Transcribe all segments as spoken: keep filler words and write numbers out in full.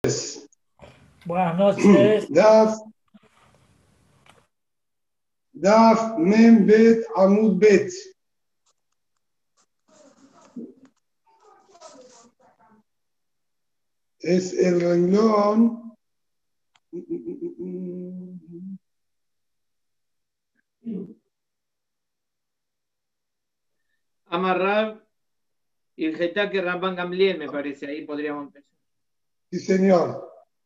Buenas noches. Daf, Daf Mem Bet Amud Bet. Es el renglón Amarrab y el Getaque Ramban Gamliel, me parece. Ahí podríamos empezar. Sí, señor.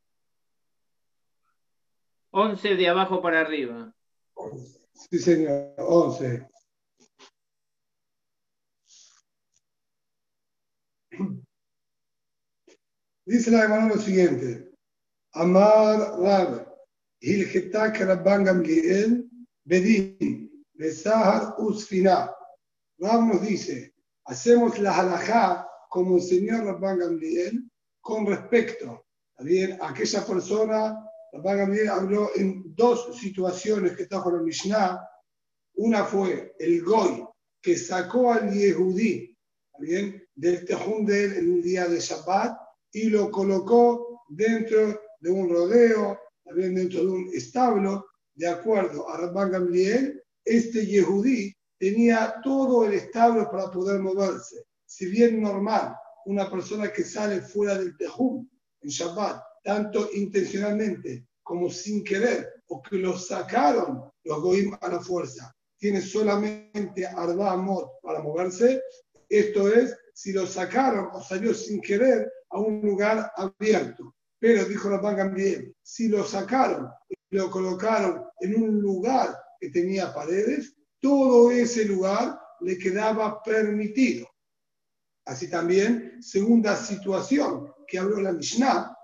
once de abajo para arriba. Sí, señor. once. Dice la hermana lo siguiente. Amar Rab, Hilgetak Rabban Gamliel, Bedin, Besahar Usfina. Rab nos dice, hacemos la halajá como el señor Rabban Gamliel con respecto a bien, aquella persona. Rabban Gamliel habló en dos situaciones que trajo la Mishnah. Una fue el Goy que sacó al Yehudí bien, del tejún de él en un día de Shabbat y lo colocó dentro de un rodeo, también dentro de un establo. De acuerdo a Rabban Gamliel, este Yehudí tenía todo el establo para poder moverse. Si bien normal, una persona que sale fuera del tejún en Shabbat, tanto intencionalmente como sin querer, o que lo sacaron los goim a la fuerza, tiene solamente arba amot para moverse. Esto es, si lo sacaron o salió sin querer a un lugar abierto. Pero, dijo Rabban Gamliel, si lo sacaron y lo colocaron en un lugar que tenía paredes, todo ese lugar le quedaba permitido. Así también, segunda situación que habló la Mishnah,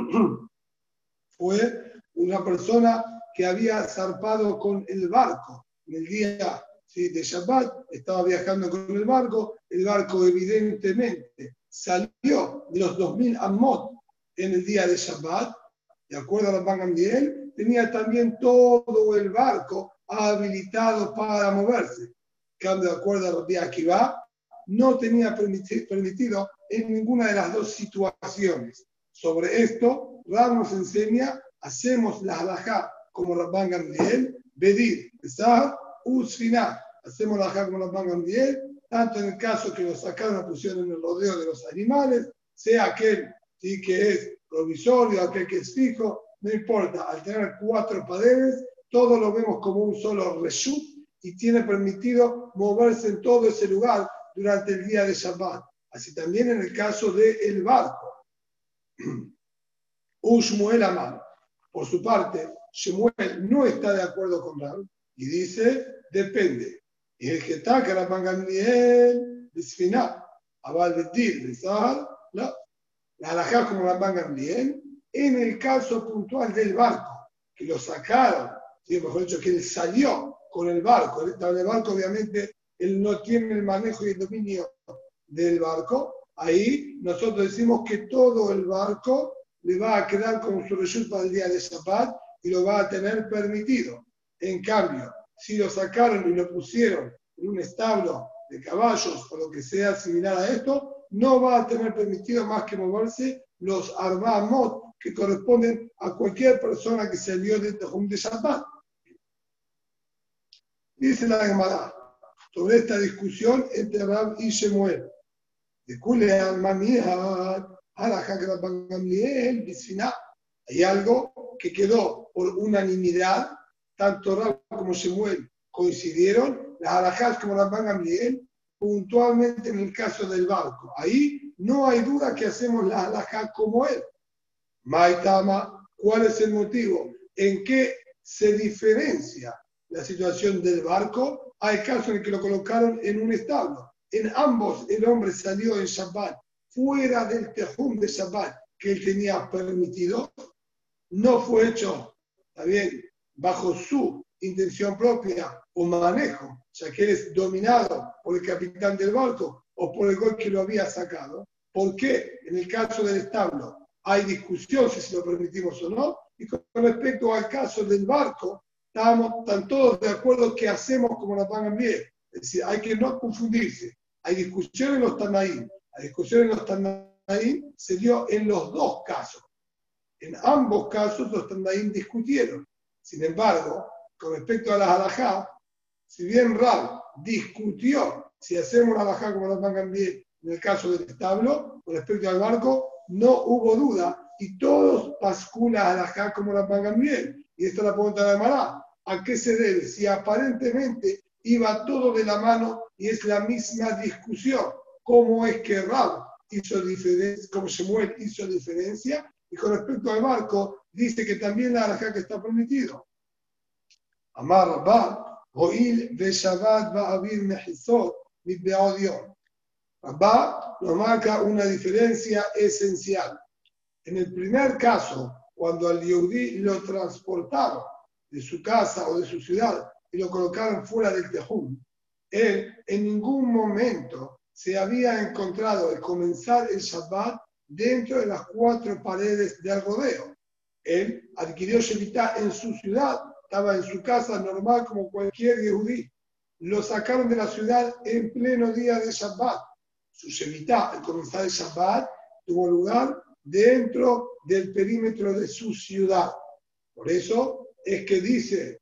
fue una persona que había zarpado con el barco en el día ¿sí? de Shabbat, estaba viajando con el barco, el barco evidentemente salió de los dos mil amot en el día de Shabbat, de acuerdo a Rabban Gamliel, tenía también todo el barco habilitado para moverse. Cambio, de acuerdo a Rabbi Akiva, no tenía permitido en ninguna de las dos situaciones. Sobre esto, Rab nos enseña, hacemos la halajá como Rabban Gamliel, Bedir, Besar, Usfina. Hacemos la halajá como Rabban Gamliel, tanto en el caso que lo sacaron, lo pusieron en el rodeo de los animales, sea aquel ¿sí? que es provisorio, aquel que es fijo, no importa. Al tener cuatro paredes, todo lo vemos como un solo reshut y tiene permitido moverse en todo ese lugar durante el día de Shabbat. Así también en el caso del barco. Ushmuel Amar, por su parte, Shemuel no está de acuerdo con Rab y dice, depende. Y el que está que Rabban Gamliel, Bisfinah, Abal Bedir, Besar, la halajá como Rabban Gamliel, en el caso puntual del barco, que lo sacaron, ¿sí? Mejor dicho, que él salió con el barco. Él estaba en el barco, obviamente, él no tiene el manejo y el dominio del barco. Ahí nosotros decimos que todo el barco le va a quedar como su reshut para el día de Shabbat y lo va a tener permitido. En cambio, si lo sacaron y lo pusieron en un establo de caballos o lo que sea similar a esto, no va a tener permitido más que moverse los arba amot que corresponden a cualquier persona que salió del tejum de Shabbat. Dice la Gemara sobre esta discusión entre Rab y Shemuel. De Kule al-Maniyat, hay algo que quedó por unanimidad, tanto Rab como Shemuel coincidieron, las halajás como Rabban Gamliel, puntualmente en el caso del barco. Ahí no hay duda que hacemos las halajás como él. Maitama, ¿cuál es el motivo? ¿En qué se diferencia la situación del barco? Hay casos en el que lo colocaron en un establo. En ambos el hombre salió en Shabbat fuera del tejum de Shabbat que él tenía permitido. No fue hecho, está bien, bajo su intención propia o manejo, ya que él es dominado por el capitán del barco o por el gol que lo había sacado. ¿Por qué? En el caso del establo hay discusión si se lo permitimos o no. Y con respecto al caso del barco, estamos están todos de acuerdo que hacemos como la pagan bien. Es decir, hay que no confundirse. Hay discusión en los Tanaín. La discusión en los Tanaín se dio en los dos casos. En ambos casos los Tannaim discutieron. Sin embargo, con respecto a las halajá, si bien Rab discutió si hacemos una halajá como Rabban Gamliel en el caso del establo, con respecto al barco, no hubo duda y todos pasculan halajá como Rabban Gamliel. Y esta es la pregunta de Mará. ¿A qué se debe? Si aparentemente iba todo de la mano y es la misma discusión. ¿Cómo es que Rab hizo diferencia, como Shemuel hizo diferencia? Y con respecto al barco, dice que también la halajá que está permitido. Amar Rabba, Hoil ve Shabbat va a vir mejizot mi beodion. Rabba nos marca una diferencia esencial. En el primer caso, cuando al Yehudí lo transportaron de su casa o de su ciudad y lo colocaron fuera del Tejum, él en ningún momento se había encontrado el comenzar el Shabbat dentro de las cuatro paredes del rodeo. Él adquirió Shemitah en su ciudad, estaba en su casa normal como cualquier Yehudí. Lo sacaron de la ciudad en pleno día de Shabbat. Su Shemitah, el comenzar el Shabbat, tuvo lugar dentro del perímetro de su ciudad. Por eso es que dice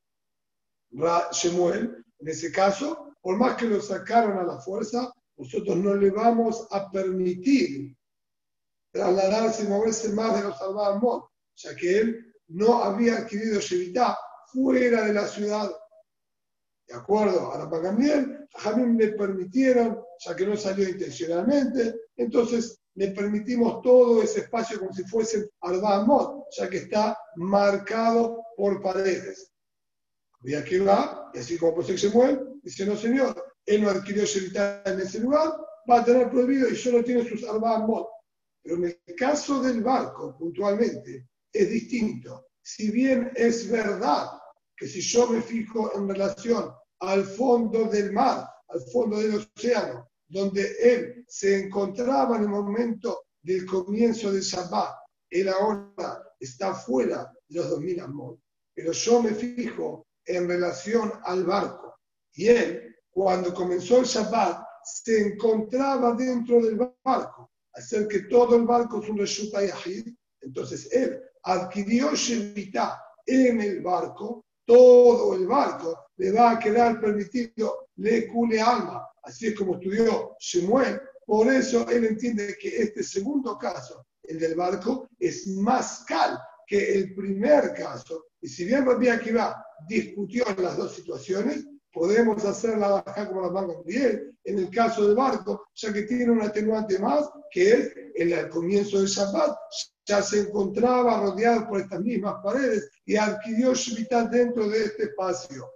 Shemuel, en ese caso, por más que lo sacaron a la fuerza, nosotros no le vamos a permitir trasladarse y moverse más de los Arba'amot, ya que él no había adquirido Shemitah fuera de la ciudad. De acuerdo a Rabban Gamliel, a Jamim le permitieron, ya que no salió intencionalmente, entonces le permitimos todo ese espacio como si fuese Arba'amot, ya que está marcado por paredes. Y aquí va, y así como posee Shemuel, dice, no señor, él no adquirió Shemitah en ese lugar, va a tener prohibido y solo tiene sus Arba'amot. Pero en el caso del barco, puntualmente, es distinto. Si bien es verdad que si yo me fijo en relación al fondo del mar, al fondo del océano, donde él se encontraba en el momento del comienzo del Shabbat, él ahora está fuera de los dos mil amot. Pero yo me fijo en relación al barco. Y él, cuando comenzó el Shabbat, se encontraba dentro del barco. Hacer que todo el barco es un Reshut Yahid, entonces él adquirió Shemitah en el barco, todo el barco le va a quedar permitido le cule alma. Así es como estudió Shemuel. Por eso él entiende que este segundo caso, el del barco, es más cal que el primer caso. Y si bien Rabbi Akiva discutió en las dos situaciones, podemos hacer la baja como la Rabban Gamliel en el caso del barco, ya que tiene un atenuante más, que es en el comienzo del Shabbat, ya se encontraba rodeado por estas mismas paredes y adquirió Shemitah dentro de este espacio.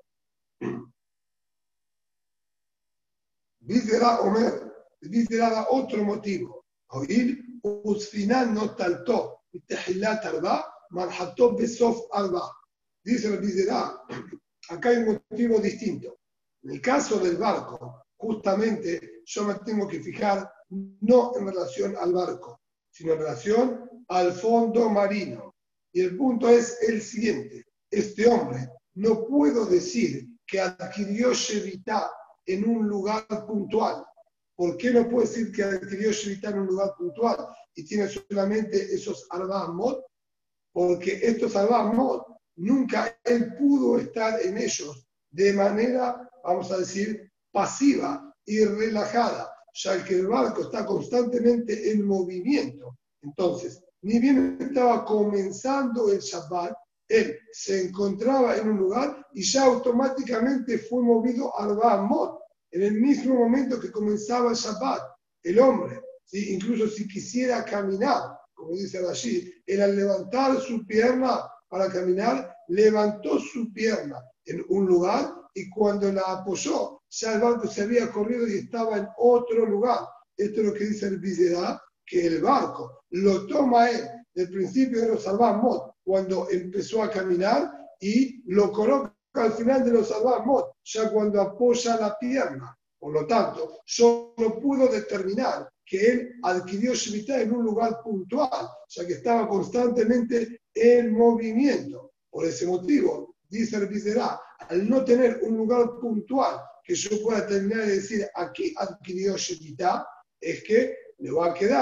Videra Omer, Videra da otro motivo. Oír, Usfinan no taltó, Tehilat Arba, Marható Besof Arba. Dice el Videra, acá hay un motivo distinto. En el caso del barco, justamente yo me tengo que fijar no en relación al barco, sino en relación al fondo marino. Y el punto es el siguiente. Este hombre no puedo decir que adquirió Shemitah en un lugar puntual. ¿Por qué no puedo decir que adquirió Shemitah en un lugar puntual y tiene solamente esos Arba'amot? Porque estos Arba'amot nunca él pudo estar en ellos de manera, vamos a decir, pasiva y relajada, ya que el barco está constantemente en movimiento. Entonces, ni bien estaba comenzando el Shabbat, él se encontraba en un lugar y ya automáticamente fue movido al Arba'amot. En el mismo momento que comenzaba el Shabbat, el hombre, ¿sí? Incluso si quisiera caminar, como dice Rashi, él al levantar su pierna para caminar, levantó su pierna en un lugar y cuando la apoyó, ya el barco se había corrido y estaba en otro lugar. Esto es lo que dice el Videra, que el barco lo toma él del principio de los Arba'amot, cuando empezó a caminar, y lo coloca al final de los Arba'amot, ya cuando apoya la pierna. Por lo tanto, yo no puedo determinar que él adquirió Shemitah en un lugar puntual, ya que estaba constantemente en movimiento. Por ese motivo, dice el Videra, al no tener un lugar puntual que yo pueda terminar de decir aquí adquirió Shemitah, es que le va a quedar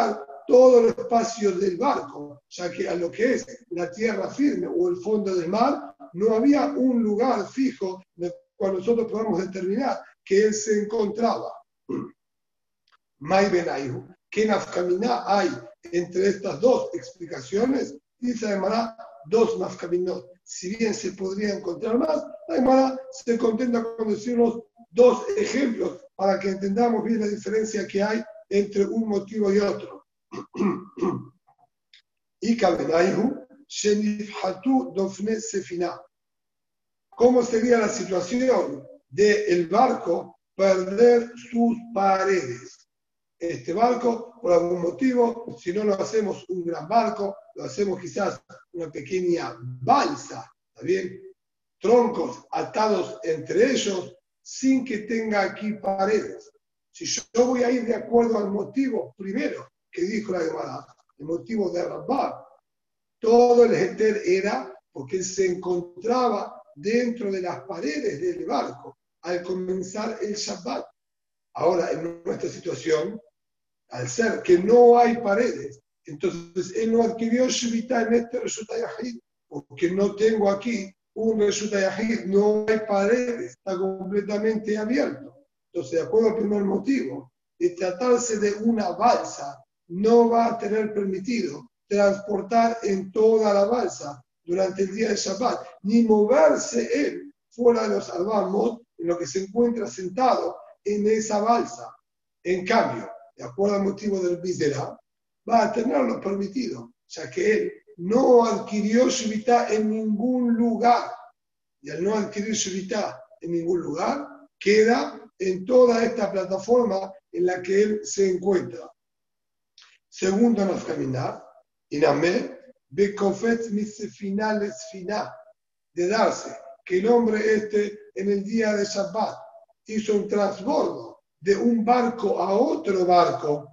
todo el espacio del barco, ya que a lo que es la tierra firme o el fondo del mar, no había un lugar fijo en el cual nosotros podamos determinar que él se encontraba. Mai Benaihu, ¿qué nafkaminá hay entre estas dos explicaciones? Dice además dos nafkaminot. Si bien se podría encontrar más, además se contenta con decirnos dos ejemplos para que entendamos bien la diferencia que hay entre un motivo y otro. Y Kabenaihu, Shenifhatu Dofne Sefina. ¿Cómo sería la situación del barco perder sus paredes? Este barco, por algún motivo, si no lo hacemos un gran barco, lo hacemos quizás una pequeña balsa, ¿está bien? Troncos atados entre ellos sin que tenga aquí paredes. Si yo voy a ir de acuerdo al motivo primero que dijo la Gemara, el motivo de Rabá, todo el heter era porque él se encontraba dentro de las paredes del barco al comenzar el Shabbat. Ahora, en nuestra situación, al ser que no hay paredes, entonces él no adquirió Shevitá en este Reshut HaYahid, porque no tengo aquí un Reshut HaYahid, no hay paredes, está completamente abierto. Entonces, de acuerdo al primer motivo, de tratarse de una balsa, no va a tener permitido transportar en toda la balsa durante el día de Shabbat, ni moverse él fuera de los albamos en lo que se encuentra sentado en esa balsa. En cambio, de acuerdo al motivo del Bizera, va a tenerlo permitido, ya que él no adquirió Shevitá en ningún lugar. Y al no adquirir Shevitá en ningún lugar, queda en toda esta plataforma en la que él se encuentra. Segundo, nos caminar, Inamé, Bekofet Misfinales Finá, de darse que el hombre este en el día de Shabbat hizo un transbordo de un barco a otro barco,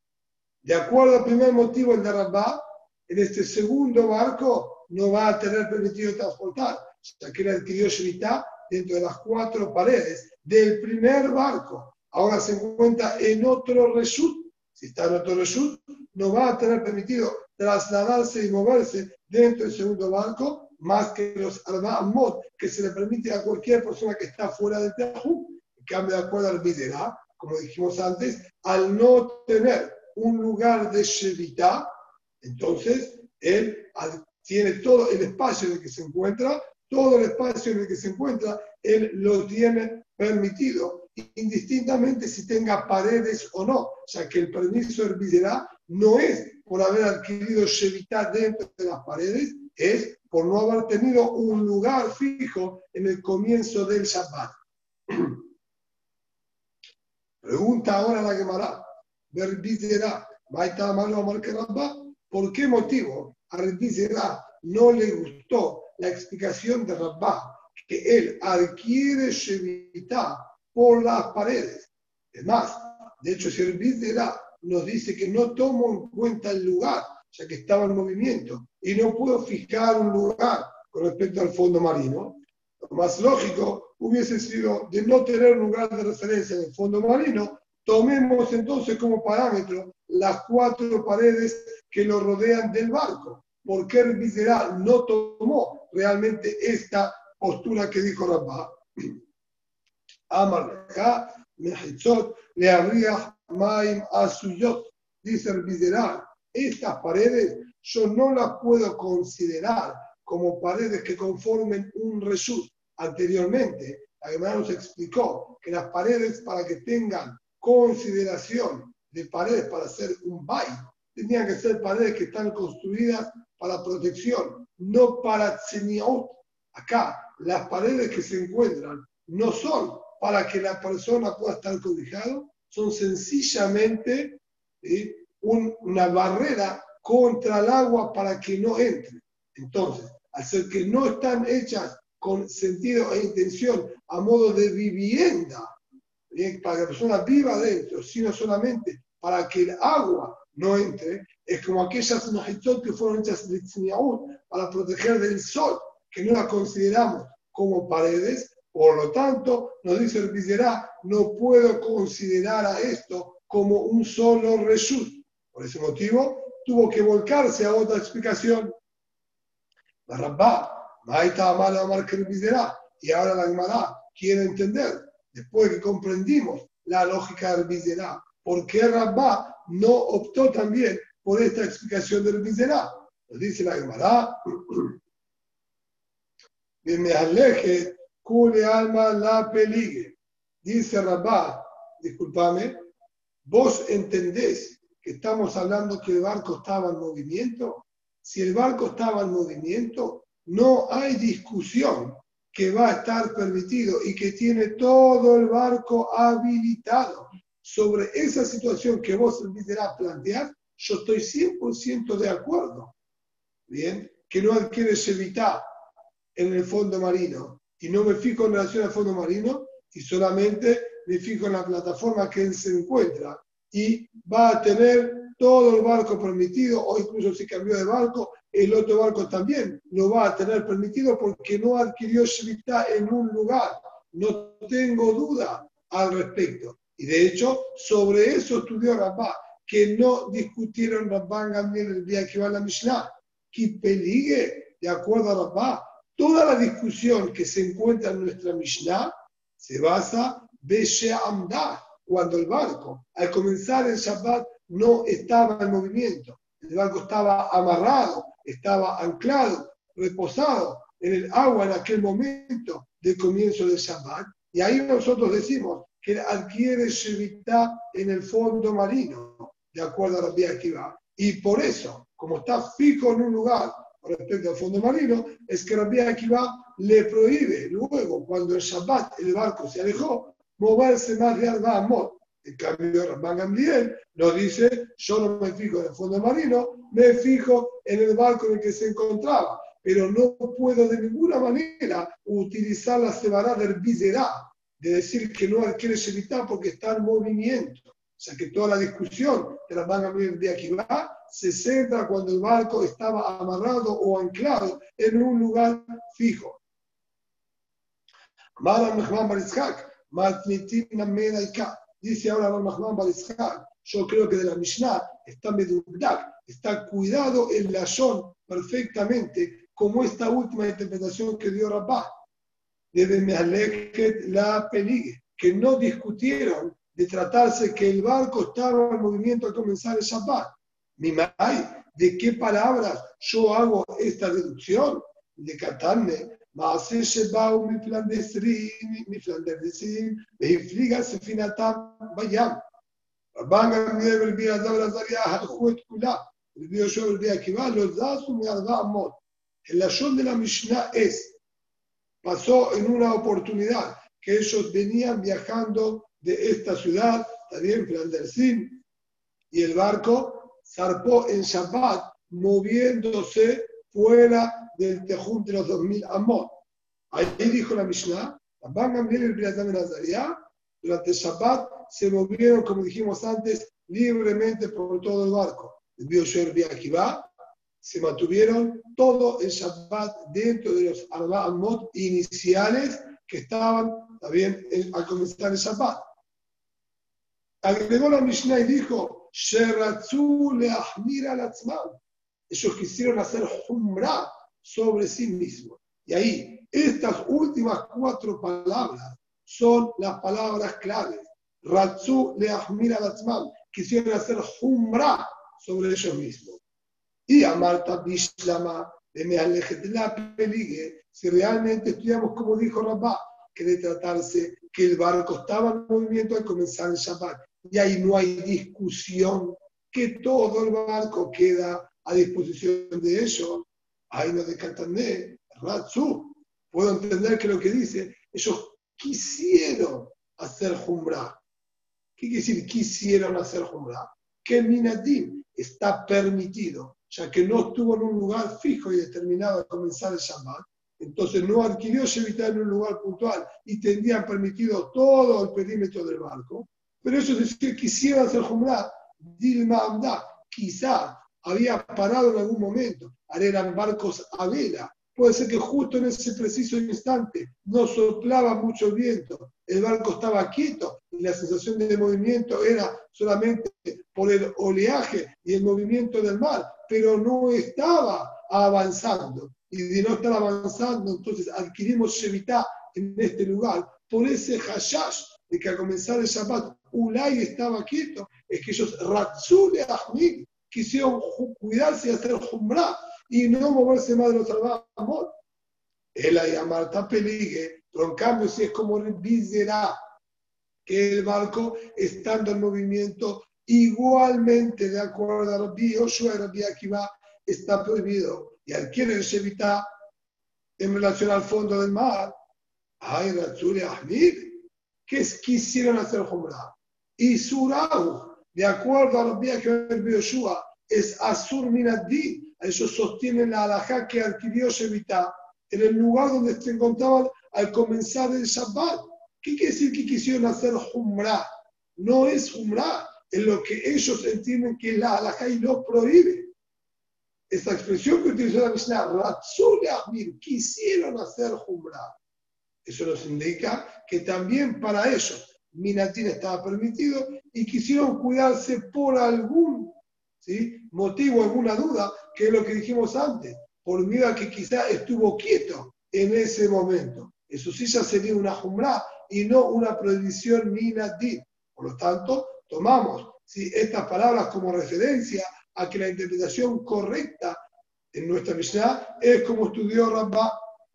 de acuerdo al primer motivo, el de Rabá, en este segundo barco no va a tener permitido transportar, ya que él adquirió Shevitá dentro de las cuatro paredes del primer barco. Ahora se encuentra en otro reshut. Si está en otro reshut, no va a tener permitido trasladarse y moverse dentro del segundo barco, más que los Arba Amot, que se le permite a cualquier persona que está fuera del Tejú. En cambio, de acuerdo al Midera, como dijimos antes, al no tener un lugar de Shevitá, entonces él tiene todo el espacio en el que se encuentra, todo el espacio en el que se encuentra, él lo tiene permitido, indistintamente si tenga paredes o no, ya que el permiso del Midera no es por haber adquirido Shevitá dentro de las paredes, es por no haber tenido un lugar fijo en el comienzo del Shabbat. Pregunta ahora la Gemara, ¿por qué motivo a Rabbi Zerá no le gustó la explicación de Rabá, que él adquiere Shevitá por las paredes? Es más, de hecho, si Rabbi Zerá nos dice que no tomo en cuenta el lugar, ya que estaba en movimiento, y no puedo fijar un lugar con respecto al fondo marino, lo más lógico hubiese sido de no tener lugar de referencia en el fondo marino, tomemos entonces como parámetro las cuatro paredes que lo rodean del barco. ¿Por qué el Bizera no tomó realmente esta postura que dijo Rabá? Amarleja, Mehitzot, le habría Maim Asuyot, dice el Bizera, estas paredes yo no las puedo considerar como paredes que conformen un reshut. Anteriormente, la Gemara nos explicó que las paredes, para que tengan consideración de paredes para hacer un bay, tenían que ser paredes que están construidas para protección, no para tzeniot. Acá, las paredes que se encuentran no son para que la persona pueda estar cobijado, son sencillamente ¿sí? un, una barrera contra el agua para que no entre. Entonces, al ser que no están hechas con sentido e intención a modo de vivienda, ¿bien? Para que la persona viva adentro, sino solamente para que el agua no entre, es como aquellas majitot que fueron hechas de tzniut para proteger del sol, que no las consideramos como paredes. Por lo tanto, nos dice el Bizera, no puedo considerar a esto como un solo reshut. Por ese motivo, tuvo que volcarse a otra explicación. La Rabá, Maita Amala Amar Kermizera, y ahora la Gemara quiere entender, después que comprendimos la lógica del Mizera, ¿por qué Rabá no optó también por esta explicación del Mizera? Nos dice la Gemara, me aleje, cule alma la peligue. Dice Rabá, discúlpame, ¿vos entendés que estamos hablando que el barco estaba en movimiento? Si el barco estaba en movimiento, no hay discusión que va a estar permitido y que tiene todo el barco habilitado. Sobre esa situación que vos empezarás a plantear, yo estoy cien por ciento de acuerdo. Bien, que no adquieres evitar en el fondo marino y no me fijo en relación al fondo marino y solamente me fijo en la plataforma que él se encuentra y va a tener todo el barco permitido, o incluso si cambió de barco, el otro barco también lo va a tener permitido porque no adquirió Shemitah en un lugar. No tengo duda al respecto. Y de hecho, sobre eso estudió Rabá, que no discutieron Rabban Gamliel el día que va a la Mishnah. Que peligue, de acuerdo a Rabá, toda la discusión que se encuentra en nuestra Mishnah se basa en Amdah, cuando el barco, al comenzar el Shabbat, no estaba en movimiento. El barco estaba amarrado, estaba anclado, reposado en el agua en aquel momento del comienzo del Shabbat. Y ahí nosotros decimos que adquiere Shemitah en el fondo marino, de acuerdo a Rabbi Akiva. Y por eso, como está fijo en un lugar respecto al fondo marino, es que Rabbi Akiva le prohíbe luego, cuando el Shabbat el barco se alejó, moverse más de Arba Amot. En cambio, Rabban Gamliel nos dice, yo no me fijo en el fondo marino, me fijo en el barco en el que se encontraba, pero no puedo de ninguna manera utilizar la sebará del Bizerá, de decir que no adquiere Shemitah porque está en movimiento. O sea que toda la discusión de Rabban Gamliel de Akiva se centra cuando el barco estaba amarrado o anclado en un lugar fijo. Mara Mechman Baritzhak, Matnitina Medaika. Dice ahora Mahman Baritzhak, yo creo que de la Mishnah está medugdak, está cuidado el lashon perfectamente, como esta última interpretación que dio Rabá. Debe mehaleket la peligue, que no discutieron de tratarse que el barco estaba en movimiento al comenzar el Shabbat. Mimai, ¿de qué palabras yo hago esta deducción? De Katarne. מעשה שבאו מפלנדסים, מפלנדסים, והפליגה ספינתם בים. רבן גמליאל ורבי אלעזר בן עזריה הלכו את כולה, רבי יהושע ורבי עקיבא לא זזו מארבע אמות. El lashon de la Mishnah es, pasó en una oportunidad que ellos venían viajando de esta ciudad, también Flandersin, y el barco zarpó en Shabbat, moviéndose fuera del Tejum de los dos mil Amot. Ahí dijo la Mishnah, Rabban Gamliel y Rabbi Elazar ben Azariah, durante el Shabbat se movieron, como dijimos antes, libremente por todo el barco. El Rabbi Yoshua y Rabbi Akiva se mantuvieron todo el Shabbat dentro de los Arba Amot iniciales que estaban también al comenzar el Shabbat. Agregó la Mishnah y dijo, Sheratzu leahmir al atzmam. Ellos quisieron hacer humra sobre sí mismos. Y ahí, estas últimas cuatro palabras son las palabras claves. Ratzu leahmir al atzmam. Quisieron hacer humra sobre ellos mismos. Y a Marta Bishlama de Mealejet la peligue, si realmente estudiamos como dijo Rabá, que de tratarse que el barco estaba en movimiento al comenzar el Shabbat. Y ahí no hay discusión, que todo el barco queda a disposición de ellos. Ahí no descartan de Ratzu. Puedo entender que lo que dice, ellos quisieron hacer Jumra. ¿Qué quiere decir quisieron hacer Jumra? Que Minadim está permitido, ya que no estuvo en un lugar fijo y determinado al comenzar el Shabbat. Entonces no adquirió Shemitah en un lugar puntual y tendrían permitido todo el perímetro del barco. Pero eso es decir que quisieron hacer Jumra. Dilma Amda, quizá había parado en algún momento, ahora eran barcos a vela. Puede ser que justo en ese preciso instante no soplaba mucho el viento, el barco estaba quieto y la sensación de movimiento era solamente por el oleaje y el movimiento del mar, pero no estaba avanzando. Y de no estar avanzando, entonces adquirimos Shevitá en este lugar, por ese hashash de que al comenzar el Shabbat, Ulay estaba quieto, es que ellos Ratzule Ahmid quisieron cuidarse y hacer Jumrah y no moverse más de los salvamos. Él a llamar Tapeligue, pero en cambio, si es como el Bizerá, que el barco, estando en movimiento, igualmente, de acuerdo a Rabbi Yoshua y Rabbi Akiva, está prohibido. Y adquiere el Shevitá en relación al fondo del mar. Ay, Ratzule Ahmid, que quisieron hacer Jumrah. Y Surau, de acuerdo a Rabbi Akiva y Rabbi Yoshua, es Asur Minaddi. Ellos sostienen la halajá que adquirió Shevitá en el lugar donde se encontraban al comenzar el Shabbat. ¿Qué quiere decir que quisieron hacer Jumrah? No es Jumrah, es lo que ellos entienden que la halajá y lo prohíbe. Esa expresión que utilizó la Mishnah, Ratzul Ahmir, quisieron hacer Jumrah. Eso nos indica que también para ellos Minatín estaba permitido y quisieron cuidarse por algún ¿sí? motivo, alguna duda, que es lo que dijimos antes, por miedo a que quizá estuvo quieto en ese momento. Eso sí ya sería una Jumrah y no una prohibición Minatín. Por lo tanto, tomamos ¿sí? estas palabras como referencia a que la interpretación correcta en nuestra Mishnah es como estudió Rabba.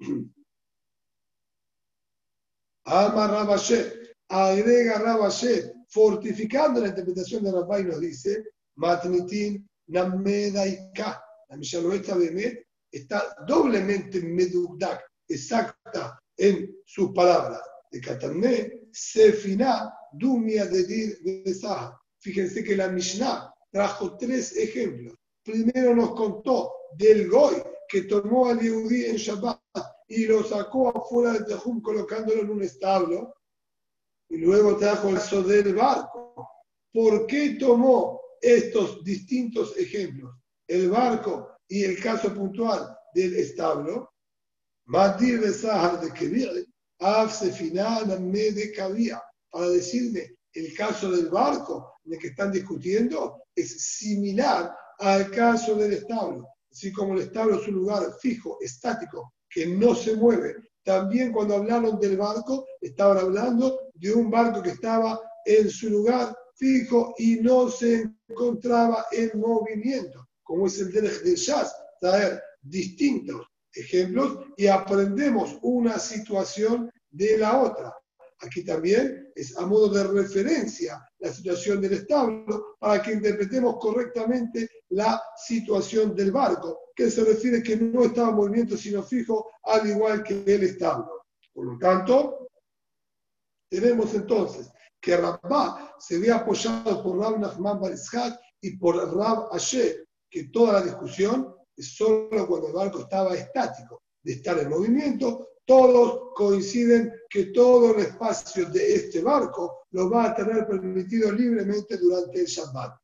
Ama Rabashe, agrega Rabashe, fortificando la interpretación de Rabba y nos dice, Matnitin Namedaika, la Mishnah nuestra Bemet está doblemente medugdak, exacta en sus palabras. De Katamne, Sefina, Dumia de Dir de Saha. Fíjense que la Mishnah trajo tres ejemplos. Primero nos contó del Goy que tomó al Yehudí en Shabbat y lo sacó afuera del Tejum colocándolo en un establo. Y luego trajo el caso del barco. ¿Por qué tomó estos distintos ejemplos? El barco y el caso puntual del establo. Madir de Sahar de Kebir, Afse final me de Kabia. Para decirme, el caso del barco en el que están discutiendo es similar al caso del establo. Así como el establo es un lugar fijo, estático, que no se mueve. También cuando hablaron del barco, estaban hablando de un barco que estaba en su lugar fijo y no se encontraba en movimiento, como es el del Shas, traer distintos ejemplos y aprendemos una situación de la otra. Aquí también es a modo de referencia la situación del establo para que interpretemos correctamente la situación del barco, que se refiere que no estaba en movimiento sino fijo, al igual que el establo. Por lo tanto, tenemos entonces que Rabbah se ve apoyado por Rab Nachman bar Itzhak y por Rab Asher, que toda la discusión es solo cuando el barco estaba estático, de estar en movimiento. Todos coinciden que todo el espacio de este barco lo va a tener permitido libremente durante el Shabbat.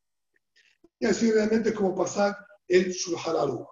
Y así realmente es como pasar el Shulchan Aruch.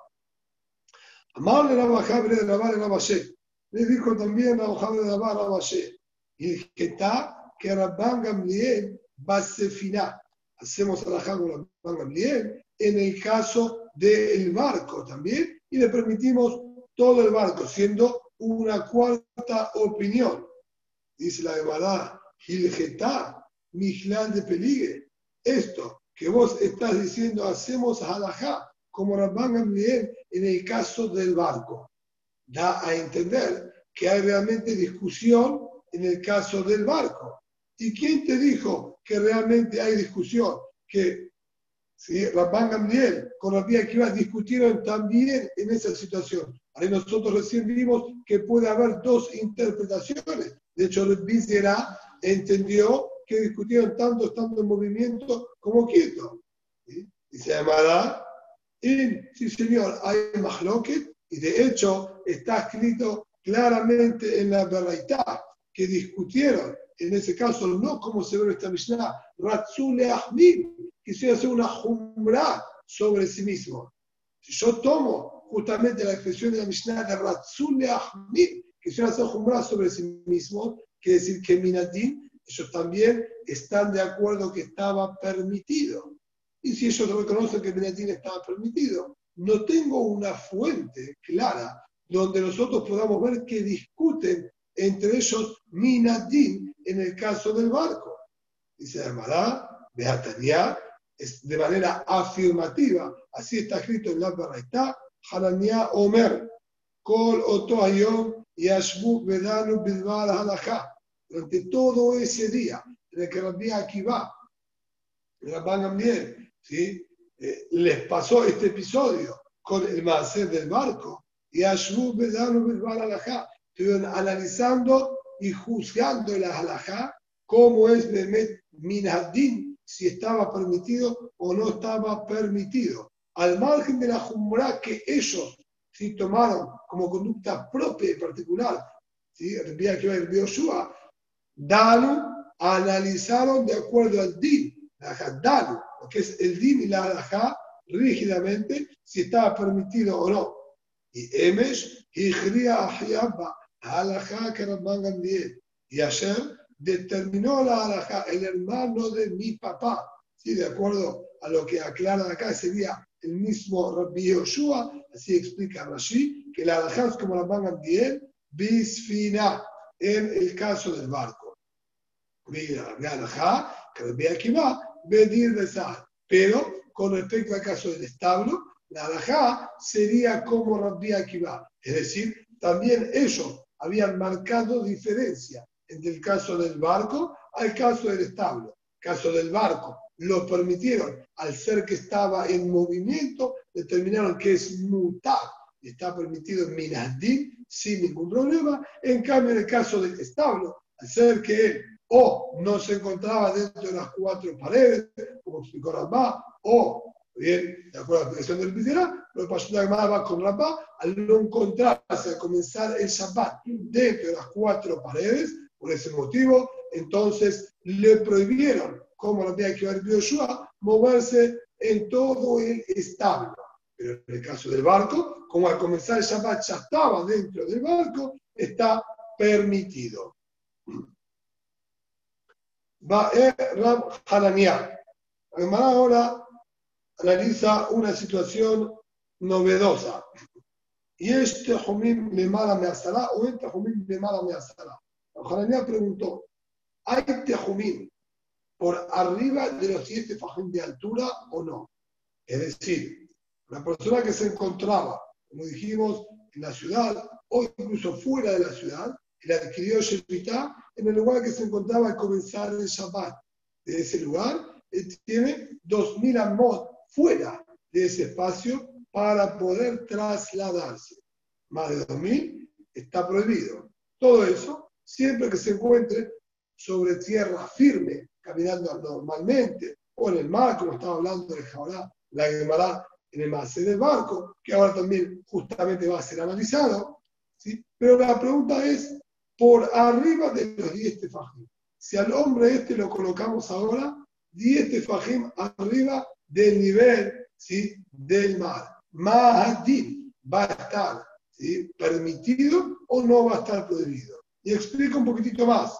Amarle la Bajabre de Rabá de Rabashe. Le dijo también a Bajabre de Rabá Rabashe. Y que está que Rabban Gamliel va a sefinar. Hacemos alajá con Rabban Gamliel en el caso del barco también. Y le permitimos todo el barco, siendo una cuarta opinión. Dice la Gemara, Gilgetá, Mijlán de Peligue. Esto que vos estás diciendo, hacemos halajá, como Rabban Gamliel en el caso del barco. Da a entender que hay realmente discusión en el caso del barco. ¿Y quién te dijo que realmente hay discusión? Que ¿sí? Rabban Gamliel con Rabbi Akiva discutieron también en esa situación. Ahí nosotros recién vimos que puede haber dos interpretaciones. De hecho, Rabbi Zera entendió que discutieron tanto estando en movimiento como quieto. ¿Sí? Y se llamará, y sí señor, hay mahloket, y de hecho está escrito claramente en la Beraitá que discutieron, en ese caso no como se ve en esta Mishnah, Ratzule Ahmid, quisiera hacer una jumra sobre sí mismo. Si yo tomo justamente la expresión de la Mishnah de Ratzule Ahmid, quisiera hacer jumra sobre sí mismo, quiere decir que Minatín ellos también están de acuerdo que estaba permitido. Y si ellos reconocen que Minatín estaba permitido, no tengo una fuente clara donde nosotros podamos ver que discuten entre ellos Minatín en el caso del barco. Dice la Gemara, Beataniá, es de manera afirmativa, así está escrito en la Baraitá, Hananiah Omer, Kol Oto Hayom Yashbu Vedanu Bilbar Halajá. Durante todo ese día en el que Rabbi Akiva, Rabban Gamliel, ¿sí? eh, les pasó este episodio con el Maaser del barco, Yashbu Vedanu Bilbar Halajá, estuvieron analizando y juzgando la Halajá, cómo es Bemet Minhadin, si estaba permitido o no estaba permitido. Al margen de la Jumrá que ellos sí tomaron como conducta propia y particular, ¿sí? El día que va el Yoshua, Danu analizaron de acuerdo al Din, la Danu, lo que es el Din y la Halajá, rígidamente, si estaba permitido o no. Y Emesh, Hijria Ahiabba, Halajá que Rabban Gamliel. Y ayer determinó la Halajá, el hermano de mi papá, ¿sí? De acuerdo a lo que aclara acá, sería el mismo Rabbi Yoshua, así explica Rashi, que la Halajá es como Rabban Gamliel, bisfina, en el caso del barco. Mira, la Halajá, que Rabbi Akiva, venir de Sahar. Pero con respecto al caso del establo, la Halajá sería como Rabbi Akiva. Es decir, también ellos habían marcado diferencia entre el caso del barco al caso del establo. El caso del barco lo permitieron al ser que estaba en movimiento, determinaron que es mutar, está permitido en Minadín sin ningún problema. En cambio, en el caso del establo, al ser que él o no se encontraba dentro de las cuatro paredes, como explicó Rambá, o bien, de acuerdo a la explicación del Pizera, lo que pasó en la Gemara va con Rambá, al no encontrarse, al comenzar el Shabbat dentro de las cuatro paredes, por ese motivo, entonces le prohibieron, como lo había que ver Yoshua, moverse en todo el establo. Pero en el caso del barco, como al comenzar el Shabbat ya estaba dentro del barco, está permitido. Ba'er Rab Hananiah. La Gemara ahora analiza una situación novedosa. Y este Jumim le mala me asará o este Jumim le mala me asará. Hananiah preguntó, ¿hay tejumim por arriba de los siete tefajim de altura o no? Es decir, una persona que se encontraba, como dijimos, en la ciudad o incluso fuera de la ciudad, él adquirió Shepitá en el lugar que se encontraba al comenzar el Shabbat. De ese lugar, él tiene dos mil amot fuera de ese espacio para poder trasladarse. Más de dos mil está prohibido. Todo eso siempre que se encuentre sobre tierra firme, caminando normalmente, o en el mar, como estaba hablando de Jaorá, la Gemara en el Maaser del barco, que ahora también justamente va a ser analizado, ¿sí? Pero la pregunta es, por arriba de los diez tefajim, si al hombre este lo colocamos ahora, diez tefajim arriba del nivel, ¿sí? Del mar, Mahadin, ¿va a estar, ¿sí? permitido o no va a estar prohibido? Y explico un poquitito más.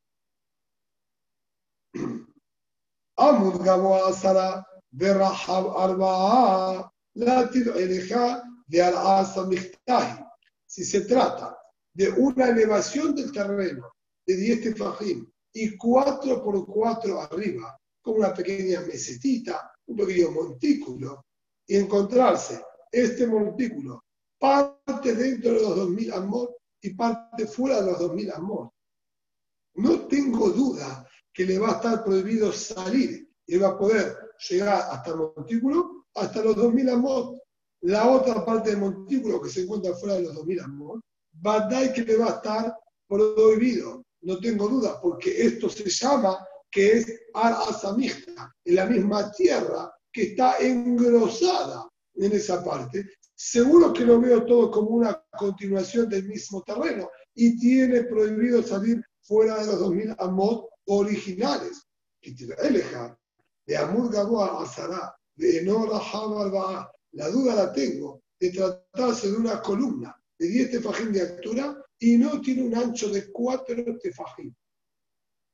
Amud Gaboa Sara Berrahab Arba'a Latir Eleja de Al-Asa Michtahi. Si se trata de una elevación del terreno de diez tefajim y cuatro por cuatro arriba, como una pequeña mesetita, un pequeño montículo, y encontrarse este montículo parte dentro de los dos mil amot y parte fuera de los dos mil amot, no tengo duda que le va a estar prohibido salir y va a poder llegar hasta el montículo, hasta los dos mil amot. La otra parte del montículo que se encuentra fuera de los dos mil amot, Badai que le va a estar prohibido. No tengo duda, porque esto se llama que es Ar-Asamijta, en la misma tierra que está engrosada en esa parte. Seguro que lo veo todo como una continuación del mismo terreno y tiene prohibido salir fuera de los dos mil amot originales. De Amud Gaboa a Sará, de Enora Habarba'a, la duda la tengo de tratarse de una columna de diez tefajim de altura y no tiene un ancho de cuatro tefajim.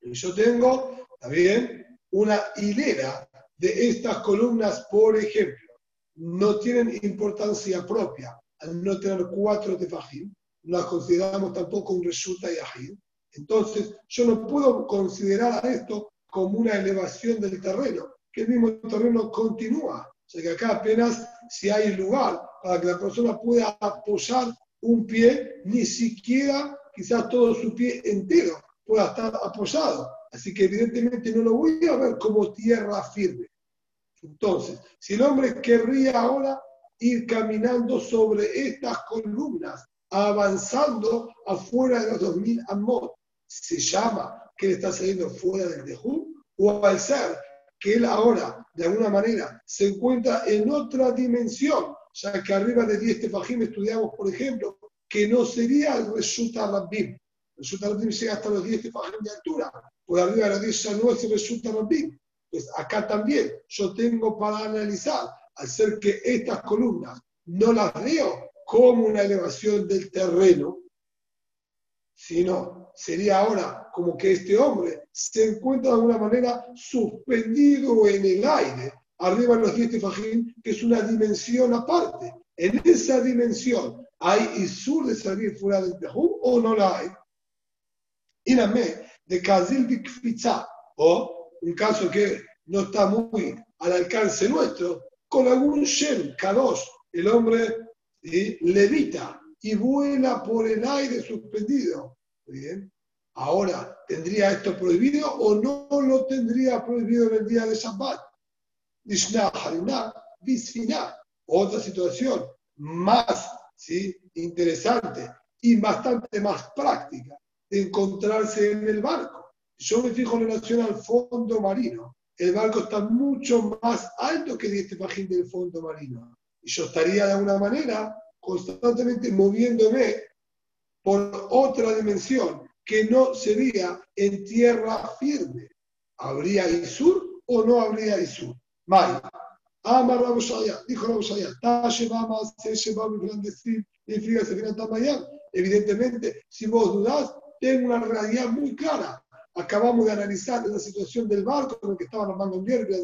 Y yo tengo también una hilera de estas columnas, por ejemplo, no tienen importancia propia. Al no tener cuatro tefajim, no las consideramos tampoco un resulta yahid. Entonces, yo no puedo considerar a esto como una elevación del terreno, que el mismo terreno continúa. O sea que acá apenas si hay lugar para que la persona pueda apoyar un pie, ni siquiera quizás todo su pie entero pueda estar apoyado. Así que evidentemente no lo voy a ver como tierra firme. Entonces, si el hombre querría ahora ir caminando sobre estas columnas, avanzando afuera de los dos mil amot, ¿se llama que él está saliendo fuera del Tejú? O al ser que él ahora, de alguna manera, se encuentra en otra dimensión, ya que arriba de diez tefajim estudiamos, por ejemplo, que no sería el Reshuta Rabbim. El Reshuta Rabbim llega hasta los diez tefajim de altura, por arriba de los diez ya no es el Reshuta Rabbim. Pues acá también yo tengo para analizar, al ser que estas columnas no las veo como una elevación del terreno, sino sería ahora como que este hombre se encuentra de alguna manera suspendido en el aire, arriba de los diez tefajim, que es una dimensión aparte. En esa dimensión, ¿hay isur de salir fuera del tejú o no la hay? Y la me de Kazil Bikfitza, o un caso que no está muy al alcance nuestro, con algún Shem, Kadosh, el hombre ¿sí? levita y vuela por el aire suspendido. Muy bien. Ahora, ¿tendría esto prohibido o no lo tendría prohibido en el día de Shabbat? Nishna Harina, Bisfina. Otra situación más ¿sí? interesante y bastante más práctica de encontrarse en el barco. Yo me fijo en relación al fondo marino. El barco está mucho más alto que diez tefajim del fondo marino. Y yo estaría de alguna manera constantemente moviéndome por otra dimensión que no sería en tierra firme. ¿Habría Isur o no habría Isur? May. Amar Raboshaya, dijo Raboshaya, evidentemente, si vos dudás, tengo una realidad muy clara. Acabamos de analizar la situación del barco en el que estaban armando un hierro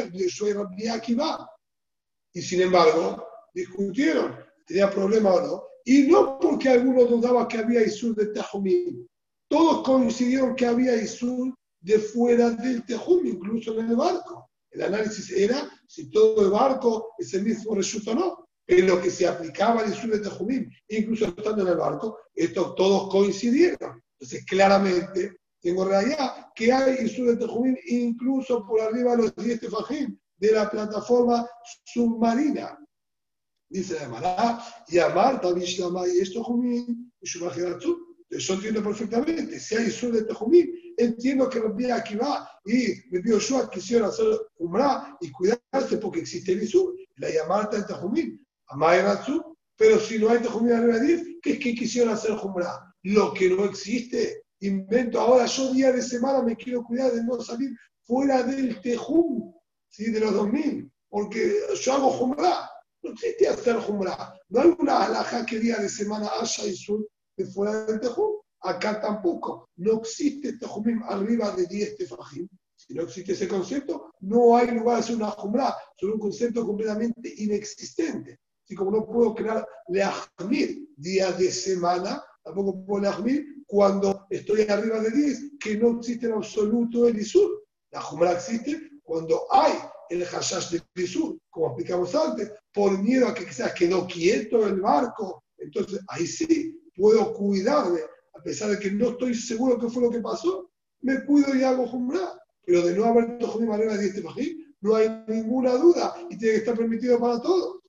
y va. Y sin embargo, discutieron, tenía problema o no. Y no porque alguno dudaba que había Isur de Tejumim. Todos coincidieron que había Isur de fuera del Tejum, incluso en el barco. El análisis era si todo el barco es el mismo resultado o no. En lo que se aplicaba el Isur de Tejumim, incluso estando en el barco, estos todos coincidieron. Entonces, claramente, tengo realidad que hay Isur de Tejumim incluso por arriba de los diez tefajim de la plataforma submarina. Dice la Emara, y Amar, Tabishlama y esto Jumim, y Shumajiratsu. Yo entiendo perfectamente. Si hay Isur de Tejumim, entiendo que Rabbi Akiva y Rabbi Yoshua quisieron hacer Umrah y cuidarse porque existe el Isur. La llamarta de Tejumim, Amayeratsu, pero si no hay Tejumim arriba de diez, ¿qué es que quisieron hacer Umrah? Lo que no existe. Invento ahora, yo día de semana me quiero cuidar de no salir fuera del Tejum, ¿sí? De los dos mil, porque yo hago Umrah. No existe hacer Umrah. No hay una halajá que día de semana haya Isur de fuera del Tejum. Acá tampoco. No existe Tejumim arriba de diez tefajim. Si no existe ese concepto, no hay lugar de hacer una Umrah. Es un concepto completamente inexistente. Así como no puedo crear leahmir día de semana, tampoco puedo leahmir cuando estoy arriba de diez, que no existe en absoluto el Isur. La Umrah existe cuando hay el hashash de Isur, como explicamos antes, por miedo a que quizás quedó quieto el barco. Entonces, ahí sí puedo cuidarme, a pesar de que no estoy seguro qué fue lo que pasó, me cuido y hago Umrah. Pero de no haber Tejumim arriba de diez tefajim, no hay ninguna duda y tiene que estar permitido para todos.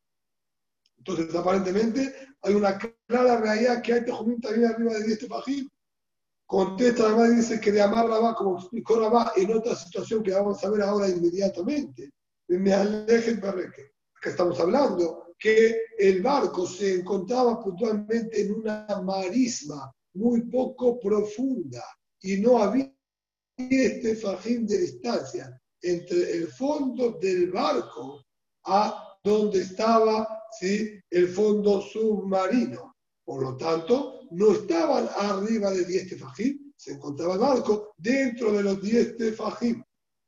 Entonces, aparentemente, hay una clara realidad que hay Tejumim también arriba de diez tefajim. Contesta además, dice que de Amar Rabá, como explicó Rabá en otra situación que vamos a ver ahora inmediatamente, me aleje el perreque. Acá estamos hablando que el barco se encontraba puntualmente en una marisma muy poco profunda y no había este fajín de distancia entre el fondo del barco a donde estaba ¿sí? el fondo submarino. Por lo tanto, no estaban arriba de diez tefajim, se encontraba el barco dentro de los diez tefajim.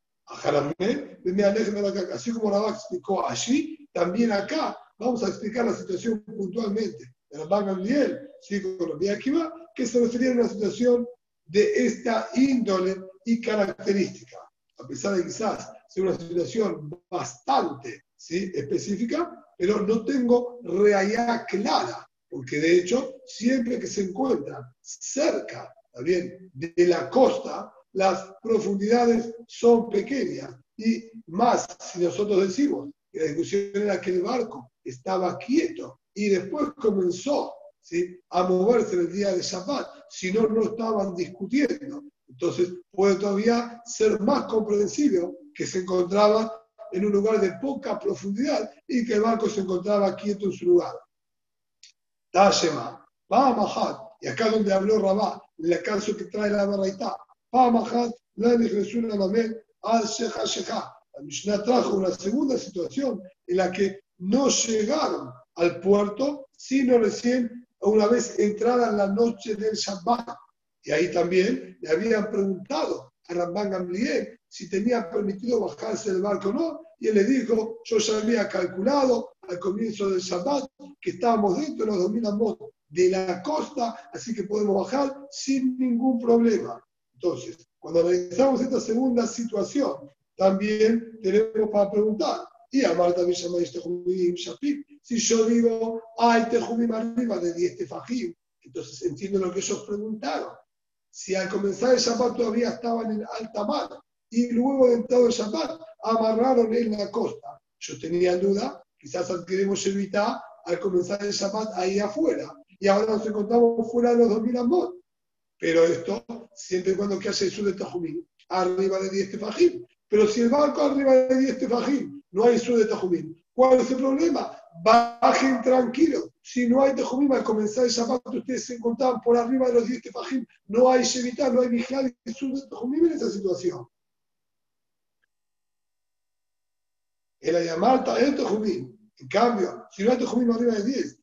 Así como Rabá explicó allí, también acá vamos a explicar la situación puntualmente. Rabban Gamliel, sí, con Rabbi Akiva, que se refería a una situación de esta índole y característica. A pesar de quizás ser una situación bastante, ¿sí?, específica, pero no tengo reallá clara, porque de hecho, siempre que se encuentra cerca, también, de la costa, las profundidades son pequeñas. Y más, si nosotros decimos que la discusión era que el barco estaba quieto y después comenzó, ¿sí?, a moverse en el día de Shabbat, si no, no estaban discutiendo. Entonces puede todavía ser más comprensible que se encontraba en un lugar de poca profundidad y que el barco se encontraba quieto en su lugar. Tashema, Pamahat, y acá donde habló Rabá, en el caso que trae la Baraitá, Pamahat, la Nijresuna Mamel, al Sheja Sheja. La Mishnah trajo una segunda situación en la que no llegaron al puerto, sino recién una vez entrada la noche del Shabbat. Y ahí también le habían preguntado a Rabban Gamliel si tenía permitido bajarse del barco o no, y él le dijo, yo ya había calculado al comienzo del Shabbat que estábamos dentro de los dos mil amos de la costa, así que podemos bajar sin ningún problema. Entonces, cuando analizamos esta segunda situación, también tenemos para preguntar, y a Marta Villama y Tejumim Shapir, si yo digo, hay Tejumim arriba de diez tefajim, entonces entiendo lo que ellos preguntaron. Si al comenzar el Shabbat todavía estaban en alta mar y luego de entrado el Shabbat amarraron en la costa, yo tenía duda, quizás adquirimos evitar al comenzar el Shabbat ahí afuera y ahora nos encontramos fuera de los dos mil amos. Pero esto siempre y cuando que haya Isur de Tajumín arriba de diez tefajim. Pero si el barco arriba de diez tefajim no hay Isur de Tajumín, ¿cuál es el problema? Bajen tranquilos. Si no hay Tejumim al comenzar el Shabbat, ustedes se encontraban por arriba de los diez tefajim, no hay Shevitá, no hay Mijal y Isur de Tejumim en esa situación. El llamar el Tejumim. En cambio, si no hay Tejumim arriba de diez,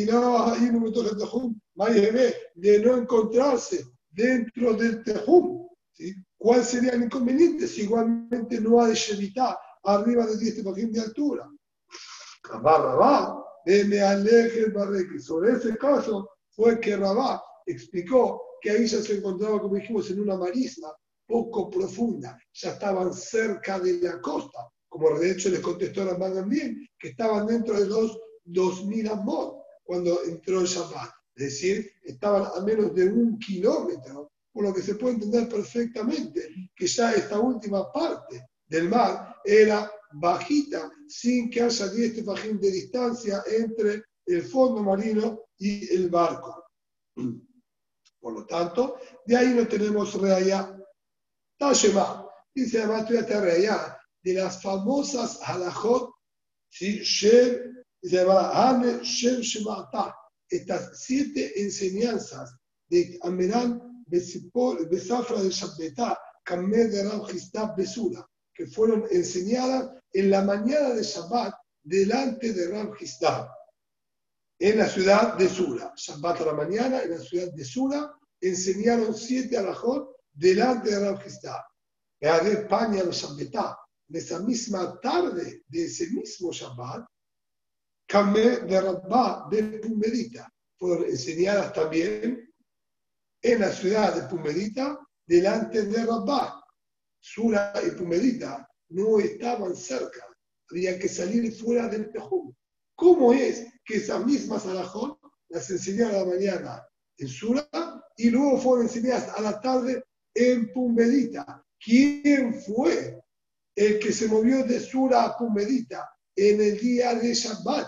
de no encontrarse dentro del Tejum, ¿sí? ¿Cuál sería el inconveniente si igualmente no hay Shevitá arriba de diez tefajim de altura? Rabá, me aleje el barreque. Sobre ese caso fue que Rabá explicó que ahí ya se encontraba, como dijimos, en una marisma poco profunda, ya estaban cerca de la costa, como de hecho les contestó Rabban también, que estaban dentro de los dos mil amos cuando entró el Shabbat, es decir, estaban a menos de un kilómetro, por lo que se puede entender perfectamente que ya esta última parte del mar era bajita, sin que haya diez tefajim de distancia entre el fondo marino y el barco. Por lo tanto, de ahí no tenemos reayá. Tashema, dice además, estudiaste reayá de las famosas halajot, ¿sí? Shem, dice además, Hane Shem Shemata, estas siete enseñanzas de Amerán Besafra de Shabbetá, Kamed de Ram Chistab Besura, que fueron enseñadas en la mañana de Shabbat delante de Ram Chistab, en la ciudad de Sura. Shabbat a la mañana, en la ciudad de Sura, enseñaron siete alajot delante de Ram Chistab. De Paña de Shabbetá, en esa misma tarde de ese mismo Shabbat, Kamed de Rabba de Pumedita, fueron enseñadas también en la ciudad de Pumedita delante de Rabba. Sura y Pumedita no estaban cerca, había que salir fuera del Tejum. ¿Cómo es que esas mismas alajot las enseñaron a la mañana en Sura y luego fueron enseñadas a la tarde en Pumedita? ¿Quién fue el que se movió de Sura a Pumedita en el día de Shabbat?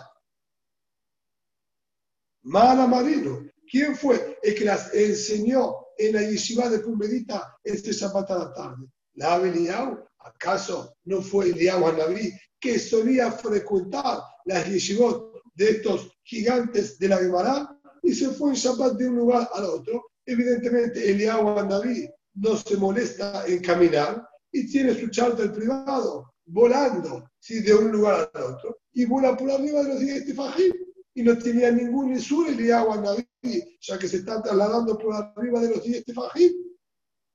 Mala Marino. ¿Quién fue el que las enseñó en la yeshiva de Pumedita este Shabbat a la tarde? ¿La Eliyahu? ¿Acaso no fue Eliyahu Hanabí que solía frecuentar las yeshivot de estos gigantes de la Gemara y se fue en Shabbat de un lugar al otro? Evidentemente Eliyahu Hanabí no se molesta en caminar y tiene su charter privado volando, ¿sí?, de un lugar al otro y vuela por arriba de los diez tefajim y no tenía ningún isur Eliyahu Hanabí, ya que se está trasladando por arriba de los diez tefajim.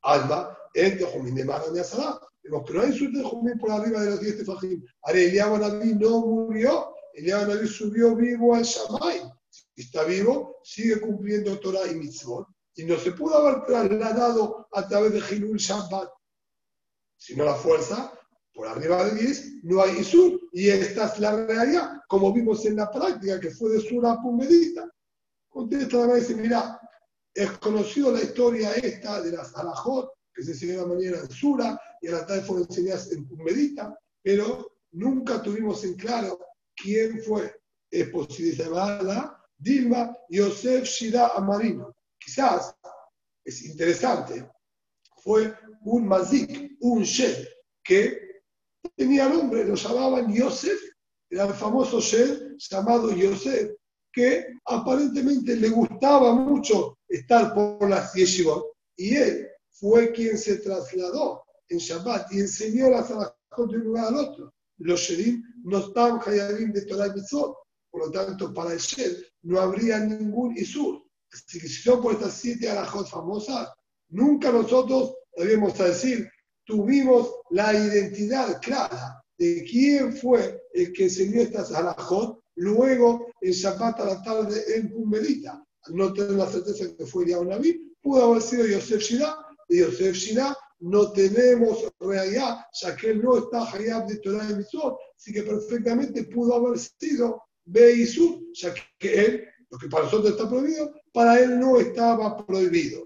Alma, el Tejumín de Mara de Azará. Vemos que no hay su Tejumín por arriba de los diez Tefajim. Ahora, Eliyahu Naví no murió. Eliyahu Naví subió vivo al Shammai. Si está vivo, sigue cumpliendo Torah y Mitzvot. Y no se pudo haber trasladado a través de Hilul Shabbat. Sino la fuerza, por arriba de diez, no hay Isur. Y esta es la realidad, como vimos en la práctica, que fue de Sura a Pumbedita. Contesta la dice, mira, es conocido la historia esta de las alajot, que se enseñó de la mañana en Sura, y a la tarde fueron enseñadas en Pumbedita, pero nunca tuvimos en claro quién fue. Es posible llamarla Dilma Yosef Shira Amarino. Quizás, es interesante, fue un mazik, un shed, que tenía nombre, lo llamaban Yosef, era el famoso shed llamado Yosef, que aparentemente le gustaba mucho estar por las yeshivot, y él fue quien se trasladó en Shabbat y enseñó las alajot de un lugar al otro. Los shedim no están hayabim de Torah y Mitzvot, por lo tanto, para el shed no habría ningún isur. Así que si son por estas siete alajot famosas, nunca nosotros debemos decir, tuvimos la identidad clara de quién fue el que enseñó estas alajot luego en Shabbat a la tarde en Pumbedita. Al no tener la certeza de que fue Eliyahu Naví, pudo haber sido Yosef Shira. De Yosef Shira no tenemos realidad, ya que él no está hayab de Torah y Mitzvot, así que perfectamente pudo haber sido Beisur, ya que él, lo que para nosotros está prohibido, para él no estaba prohibido.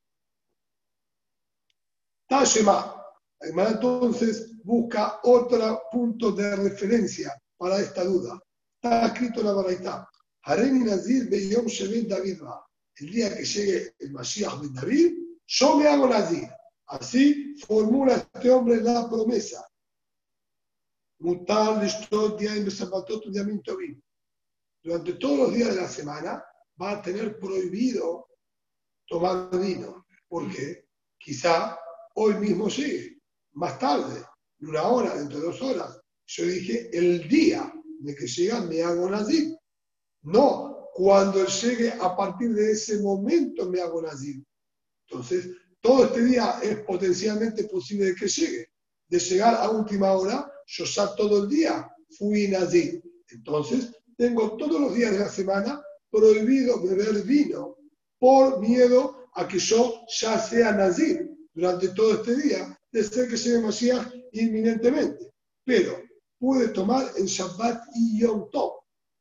Tashema. Entonces busca otro punto de referencia para esta duda. Está escrito en la Baraitá. Hareni Nazir Beyom Shevet David Ra. El día que llegue el Mashiach ben David, yo me hago Nazir. Así formula este hombre la promesa. Mutar Lishtot Diaim Besabatot Diamim Tovim. Durante todos los días de la semana va a tener prohibido tomar vino. ¿Por qué? Quizá hoy mismo llegue, más tarde, en una hora, dentro de dos horas. Yo dije, el día de que llega me hago nazir. No, cuando él llegue, a partir de ese momento me hago nazir. Entonces, todo este día es potencialmente posible de que llegue. De llegar a última hora, yo ya todo el día fui nazir. Entonces, tengo todos los días de la semana prohibido beber vino por miedo a que yo ya sea nazir durante todo este día, de ser que llegue Mashiach inminentemente. Pero puede tomar en Shabbat y Yom Tov.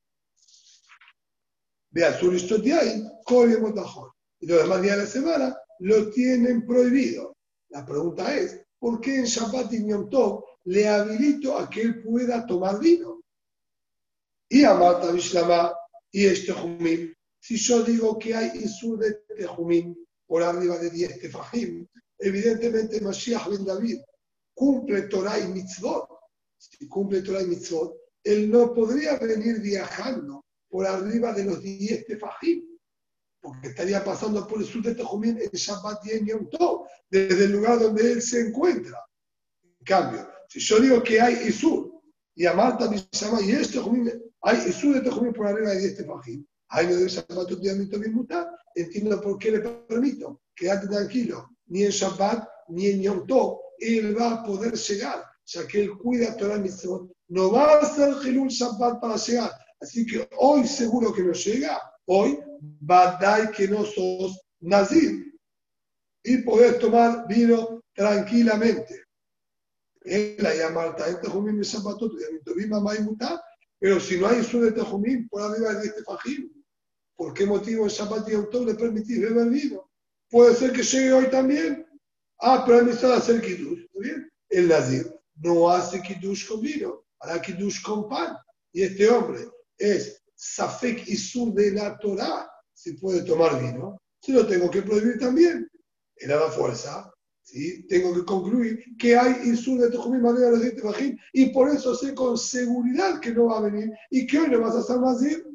Vea, su listotiaín, Kol Motajor. Y los demás días de la semana lo tienen prohibido. La pregunta es, ¿por qué en Shabbat y Yom Tov le habilito a que él pueda tomar vino? Y a Marta Bishlama y este Tejumim. Si yo digo que hay Isur de Tejumim por arriba de diez Tefajim, evidentemente Mashiach ben David cumple Torah y Mitzvot. Si cumple Torah y Mitzvot, él no podría venir viajando por arriba de los diez Tefajim, porque estaría pasando por el sur de Tejumim en Shabbat y en Yom Tov, desde el lugar donde él se encuentra. En cambio, si yo digo que hay Isur, y a Marta Bishlama y este Tejumim, hay Isur de Tejumim por arriba de diez Tefajim, ahí no debe Shabbat un día mutar, entiendo por qué le permito, quédate tranquilo, ni en Shabbat ni en Yom Tov, él va a poder llegar, ya que él cuida Torah Mitzvot, no va a hacer Hilul Shabbat para llegar, así que hoy seguro que no llega, hoy va a dar que no sos nazir y podés tomar vino tranquilamente. Él la llama al Taim Tejumim de Shabbatot, pero si no hay sur de Tejumim por arriba de este Fajim, ¿por qué motivo en Shabbat y Yom Tov le permitís beber vino? Puede ser que llegue hoy también. Ah, pero él necesita hacer kiddush. ¿Está bien? El nazir no hace kiddush con vino, hará kiddush con pan. Y este hombre es Safek Isur de la Torah. Si puede tomar vino, se lo tengo que prohibir también. Él a la fuerza, ¿sí? Tengo que concluir que hay Isur de Tejumim arriba de los diez Tefajim y por eso sé con seguridad que no va a venir y que hoy no vas a hacer nazir.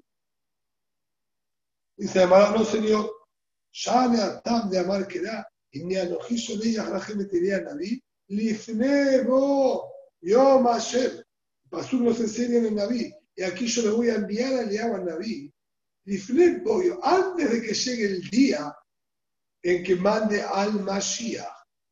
Dice, no, señor. Ya me atam de amar que da, y ni anojizo de ella rajem tería Naví, lifnebo, yo Mashem. Pasur nos enseña en el Naví, y aquí yo le voy a enviar a Eliyahu al Naví. Lifnebo, yo, antes de que llegue el día en que mande al Mashiach,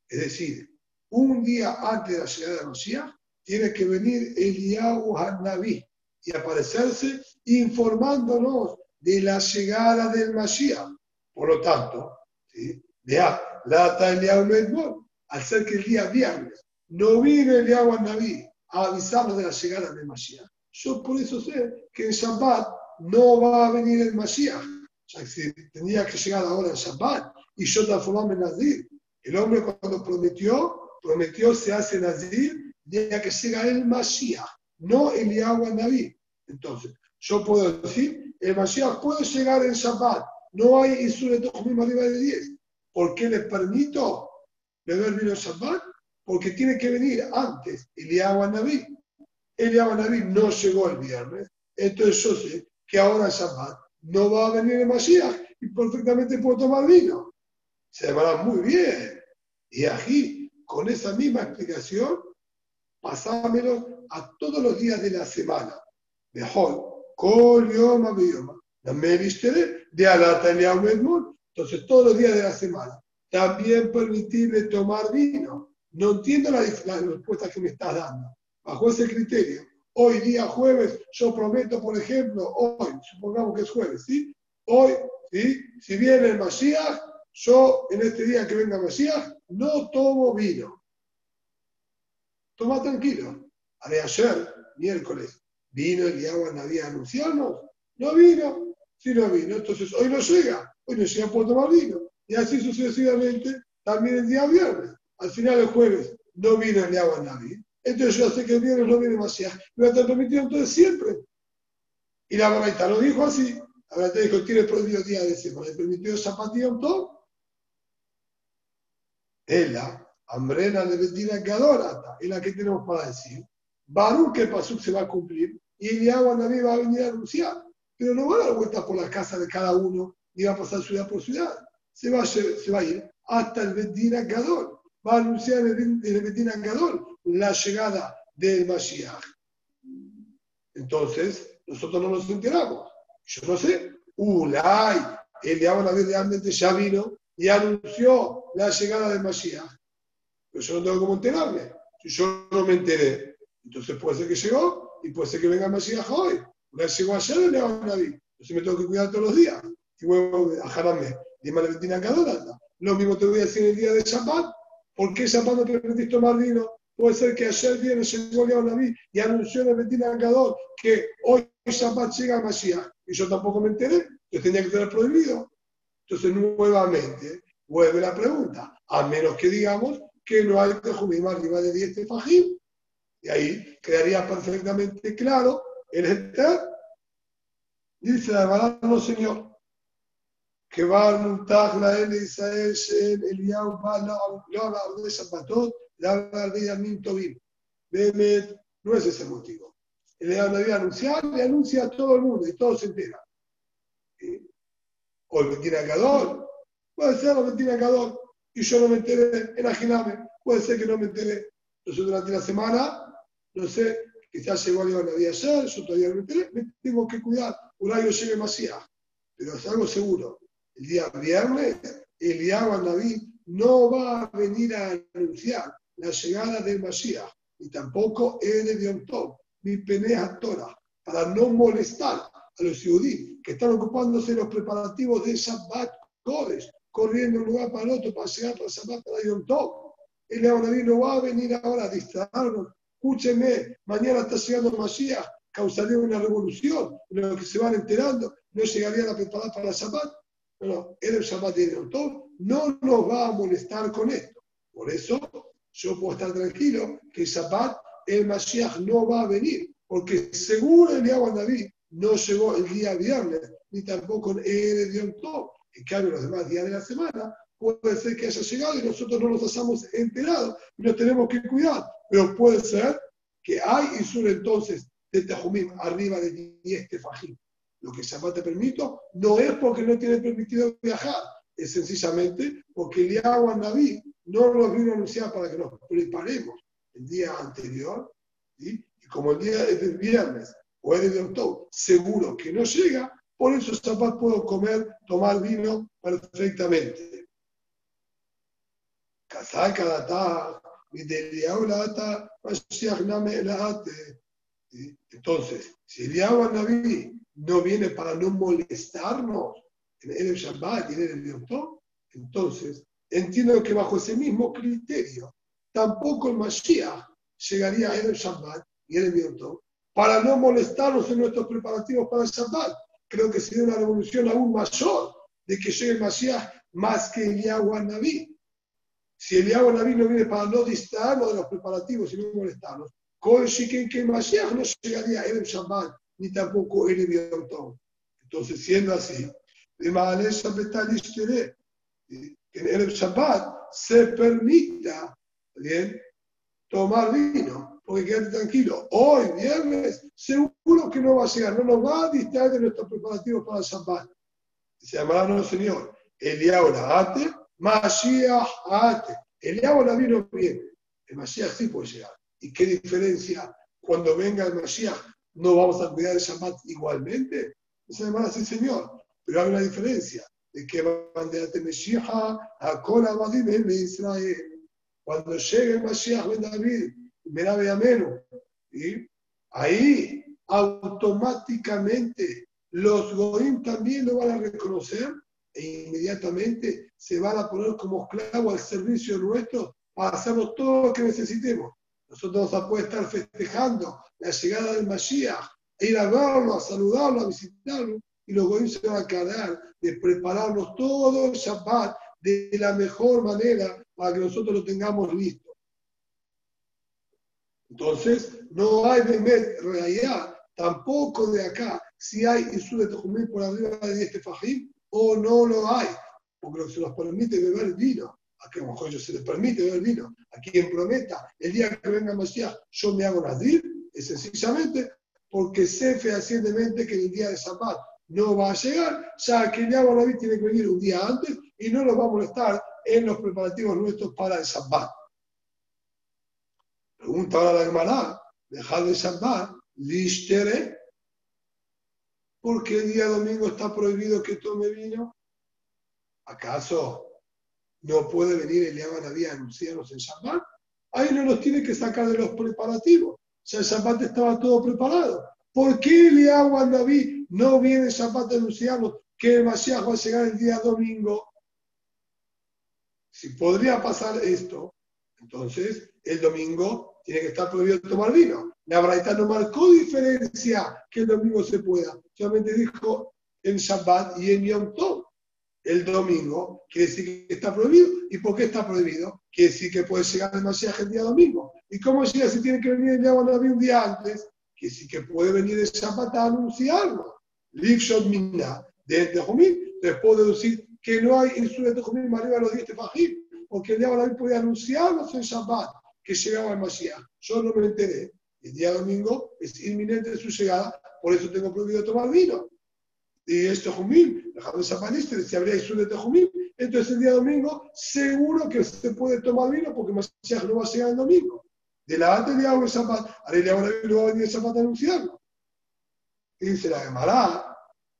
Es decir, un día antes de la llegada de Mashiach, tiene que venir Eliyahu Hanaví y aparecerse informándonos de la llegada del Mashiach. Por lo tanto, ¿sí? Ya, la Eliyahu Medmor, al ser que el día viernes no viene Eliyahu Hanaví a avisarnos de la llegada del Mashiach, yo por eso sé que en Shabbat no va a venir el Mashiach. O sea, si tenía que llegar ahora en Shabbat y yo transformarme en Nazir. El hombre cuando prometió, prometió se hace Nazir ya que llega el Mashiach, no Eliyahu Hanaví. Entonces, yo puedo decir, el Mashiach puede llegar en Shabbat, no hay Isur de Tochmim arriba de diez. ¿Por qué le permito beber vino en Shabbat? Porque tiene que venir antes Eliyahu Hanaví. Eliyahu Hanaví no llegó el viernes, entonces yo sé que ahora en Shabbat no va a venir el Mashiach y perfectamente puedo tomar vino. Se llamará muy bien. Y aquí, con esa misma explicación, pasámelo a todos los días de la semana. Mejor, Kol Yom Abiyoma, de Alata Eliyahu Medmor. Entonces, todos los días de la semana, también permitirle tomar vino. No entiendo la, la respuesta que me estás dando. Bajo ese criterio, hoy día jueves, yo prometo, por ejemplo, hoy, supongamos que es jueves, ¿sí? Hoy, ¿sí? Si viene el Mashiach, yo en este día que venga el Mashiach, no tomo vino. Toma tranquilo. Haré ayer, miércoles, vino Eliyahu Hanaví a anunciarnos. No vino, sí no vino. Entonces hoy no llega, hoy no llega, puedo tomar vino. Y así sucesivamente, también el día viernes. Al final del jueves no vino Eliyahu Hanaví. Entonces yo sé que el viernes no viene Mashiach. Me va a estar permitido entonces siempre. Y la Baraita lo dijo así. La Baraita dijo, tiene prohibido día de semana. Le permitió Shabbat y Yom Tov. Ella, Ambrena de Bedina Gadorata, es la que tenemos para decir. Baruch que el Pasuk se va a cumplir y Eliyahu Hanaví va a venir a anunciar. Pero no va a dar vueltas por la casa de cada uno ni va a pasar ciudad por ciudad. Se va, se va a ir hasta el Bedina Gadol. Va a anunciar en el, el Bedina Gadol la llegada del Mashiach. Entonces, nosotros no nos enteramos. Yo no sé. Ulay, Eliyahu Hanaví realmente ya vino y anunció la llegada del Mashiach. Pero yo no tengo cómo enterarme. Si yo no me enteré, entonces puede ser que llegó y puede ser que venga el Mashiach hoy. Una llegó ayer el Eliyahu Hanaví. Entonces me tengo que cuidar todos los días. Y vuelvo a Jarame. Dime la Betina Gadolata. Lo mismo te voy a decir el día de Shabbat. ¿Por qué Shabbat no te permitís tomar vino? Puede ser que ayer viernes llegó el Eliyahu Hanaví y anunció en la Betina Gadol que hoy Shabbat llega el Mashiach. Y yo tampoco me enteré. Yo tenía que tener prohibido. Entonces, nuevamente, vuelve la pregunta, a menos que digamos que no hay tejumim arriba de diez tefajim. Y ahí quedaría perfectamente claro el heter. Dice la Gemara, no señor, que va a montar la N Israel, el Eliyahu va a hablar de Shabbatot, le habla de Yamim Tovim. Behemet, no es ese motivo. El Eliyahu Hanaví anunciar, le anuncia a todo el mundo y todos se enteran. O el Betina Gadol, puede ser el Betina Gadol, y yo no me enteré, imagíname, puede ser que no me enteré. Entonces durante la semana, no sé, quizás llegó a Hanaví ayer, yo todavía no me enteré, me tengo que cuidar, un año llegue Mashiach. Pero es algo seguro, el día viernes, Eliyahu Hanaví no va a venir a anunciar la llegada del Mashiach, ni tampoco el de Yom Tov, ni Penea Torah, para no molestar a los judíos que están ocupándose de los preparativos de Shabbat Kodesh, corriendo de un lugar para el otro para llegar para Shabbat para Yom Tov. Eliyahu Hanaví no va a venir ahora a distraernos. Escúcheme, mañana está llegando el Mashiach, causaría una revolución. Los que se van enterando no llegarían a preparar para Shabbat. No, no, el Shabbat de Yom Tov no nos va a molestar con esto. Por eso yo puedo estar tranquilo que el Shabbat el Mashiach no va a venir, porque seguro Eliyahu Hanaví no llegó el día viernes, ni tampoco el de Yom Tov. En cambio, los demás días de la semana puede ser que haya llegado y nosotros no nos hayamos enterado y nos tenemos que cuidar. Pero puede ser que hay Isur entonces de Tejumim arriba de diez tefajim. Lo que Shabbat te permito no es porque no tiene permitido viajar, es sencillamente porque Eliyahu Hanaví no nos vino a anunciar para que nos preparemos el día anterior, ¿sí? Y como el día es del viernes o es de Yom Tov, seguro que no llega, por eso Shabbat puedo comer, tomar vino perfectamente. Casar cada ta, lata, entonces, si Eliyahu Naví no viene para no molestarnos en el Shabbat y en el Yom Tov, entonces entiendo que bajo ese mismo criterio tampoco el Mashiach llegaría a el Shabbat y en el Yom Tov para no molestarnos en nuestros preparativos para el Shabbat. Creo que sería una revolución aún mayor de que llegue el Mashiach más que Eliyahu Naví. Si Eliyahu Naví no viene para no distraernos de los preparativos y no molestarnos, con Shiken que Mashiach no llegaría a el Shabbat ni tampoco el Yom Tov. Entonces, siendo así, de manera que en el Shabbat se permita, ¿bien?, tomar vino, porque quédate tranquilo, hoy viernes seguro que no va a llegar, no nos va a distraer de nuestros preparativos para el Shabbat. Se llamará, no señor, Eliyahu Ate, Mashiach Ate. Eliyahu Naví no viene, el Mashiach sí puede llegar. ¿Y qué diferencia cuando venga el Mashiach no vamos a cuidar el Shabbat igualmente? Se llamará así, señor, pero hay una diferencia de que banderate Mashiach a Kol Abadim en Israel. Cuando llegue el Mashiach ben David, Merabe Amenu, ¿sí?, ahí automáticamente los Goim también lo van a reconocer e inmediatamente se van a poner como esclavos al servicio nuestro para hacernos todo lo que necesitemos. Nosotros vamos a poder estar festejando la llegada del Mashiach, e ir a verlo, a saludarlo, a visitarlo, y los Goim se van a encargar de prepararnos todo el Shabbat de la mejor manera para que nosotros lo tengamos listo. Entonces, no hay Bemet realidad, tampoco de acá, si hay Isur de Tejumim por arriba de este Fajim o no lo hay, porque lo que se nos permite beber vino, a que a lo mejor yo se les permite beber vino, a quien prometa el día que venga Mashiach yo me hago Nadir, es sencillamente porque sé fehacientemente que el día de Shabbat no va a llegar, ya que el día de Nadir tiene que venir un día antes y no nos va a molestar en los preparativos nuestros para el Shabbat. Pregunta ahora la Gemara, dejar de Shabbat, Lishtere, ¿por qué el día domingo está prohibido que tome vino? ¿Acaso no puede venir Eliyahu Naví a anunciarnos en Shabbat? Ahí no nos tiene que sacar de los preparativos. Ya el Shabbat estaba todo preparado. ¿Por qué Eliyahu Naví no viene el Shabbat a anunciarnos que el Mashiach va a llegar el día domingo? Si podría pasar esto, entonces el domingo tiene que estar prohibido tomar vino. La Braita no marcó diferencia que el domingo se pueda. Solamente dijo en Shabbat y en Yom Tov. El domingo quiere decir que está prohibido. ¿Y por qué está prohibido? Quiere decir que puede llegar el Mashiach el día domingo. ¿Y cómo llega si tiene que venir el día Naví un día antes? Quiere decir que puede venir el Shabbat a anunciarlo. Livshot Minna de Tejumim. Entonces puedo deducir que no hay Isur de Tejumim arriba de los diez Tefajim, porque el día Naví podía anunciarnos en Shabbat que llegaba el Mashiach. Yo no me enteré. El día domingo es inminente su llegada, por eso tengo prohibido tomar vino. Y es Tejumim, dejando esa palestra, si habría Isur de Tejumim, entonces el día domingo seguro que se puede tomar vino porque Mashiach no va a llegar el domingo. De la antes de agua el Shabbat, ahora el día Naví no va a venir el Shabbat a anunciarlo. Y dice la Gemara,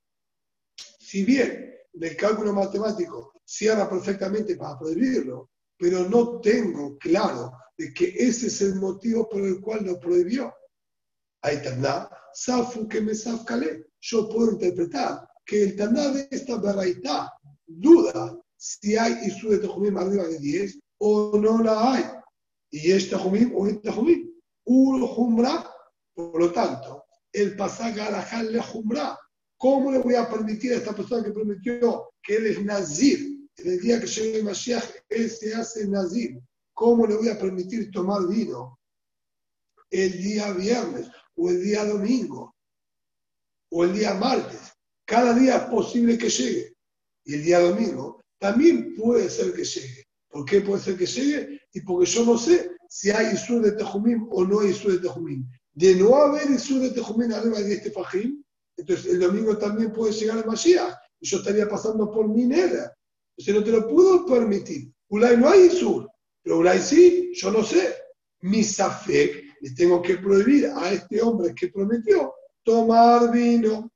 si bien el cálculo matemático cierra perfectamente para prohibirlo, pero no tengo claro de que ese es el motivo por el cual lo prohibió. Ahí Taná, Safu que me safkale. Yo puedo interpretar que el Taná de esta Baraitá duda si hay Isur de Tejumim arriba de diez o no la hay. Y es Tejumim o es Tejumim. Ur Jumra, por lo tanto, el pasaje Arajal le Jumra. ¿Cómo le voy a permitir a esta persona que prometió que él es Nazir? En el día que llegue el Mashiach, él se hace Nazir. ¿Cómo le voy a permitir tomar vino el día viernes o el día domingo o el día martes? Cada día es posible que llegue. Y el día domingo también puede ser que llegue. ¿Por qué puede ser que llegue? Y porque yo no sé si hay Isur de Tejumim o no hay Isur de Tejumim. De no haber Isur de Tejumim arriba de este Fajim, entonces el domingo también puede llegar el Mashiach. Y yo estaría pasando por mi nera. Entonces no te lo puedo permitir. Ulay no hay Isur. Pero Ulay sí, yo no sé. Mi Safek, le tengo que prohibir a este hombre que prometió tomar vino.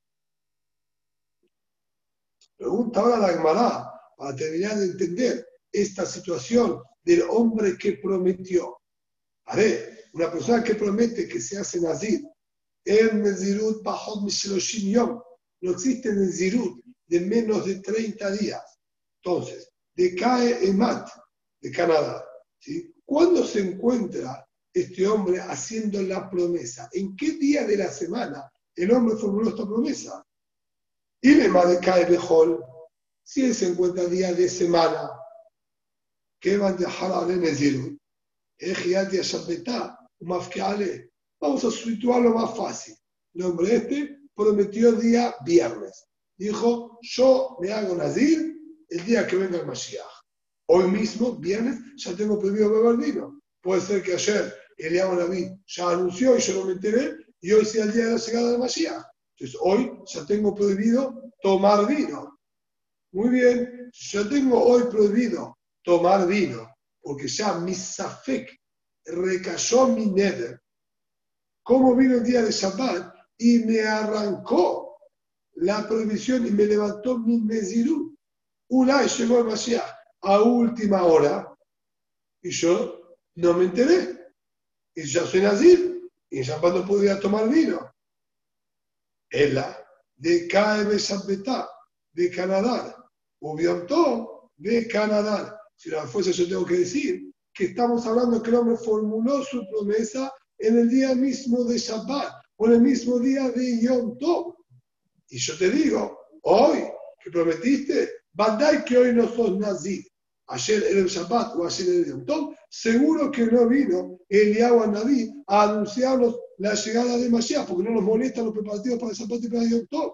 Pregunta ahora la Gemara, para terminar de entender esta situación del hombre que prometió. A ver, una persona que promete que se hace nazir, el nezirut pajot misheloshim yom, no existe nezirut de menos de treinta días. Entonces, decae Emat de Canadá. ¿Sí? ¿Cuándo se encuentra este hombre haciendo la promesa? ¿En qué día de la semana el hombre formuló esta promesa? Y le decae Bejol, si él se encuentra día de semana, que van a dejar a Nezirut, vamos a situarlo más fácil. El hombre este prometió el día viernes. Dijo, yo me hago nazir el día que venga el Mashiach. Hoy mismo, viernes, ya tengo prohibido beber vino. Puede ser que ayer Eliyahu Naví ya anunció y yo no me enteré, y hoy sea el día de la llegada del Mashiach. Entonces hoy ya tengo prohibido tomar vino. Muy bien, yo tengo hoy prohibido tomar vino, porque ya mi safek recayó mi neder. Como vino el día de Shabbat y me arrancó la prohibición y me levantó mi nezirut. Ulay llegó el Mashiach a última hora y yo no me enteré. Y ya soy nazir y en Shabbat no podía tomar vino. Ella de Cae de Shabbatá, de Canadá, Ubiantó de Canadá. Si la fuerza yo tengo que decir que estamos hablando que el hombre formuló su promesa en el día mismo de Shabbat o en el mismo día de Yom Tov. Y yo te digo, hoy que prometiste, Bandai que hoy no sos nazir. Ayer era el Shabbat o ayer era el Yom Tov, seguro que no vino Eliyahu Naví a anunciarnos la llegada de Mashiach, porque no nos molestan los preparativos para el Shabbat y para el Yom Tov.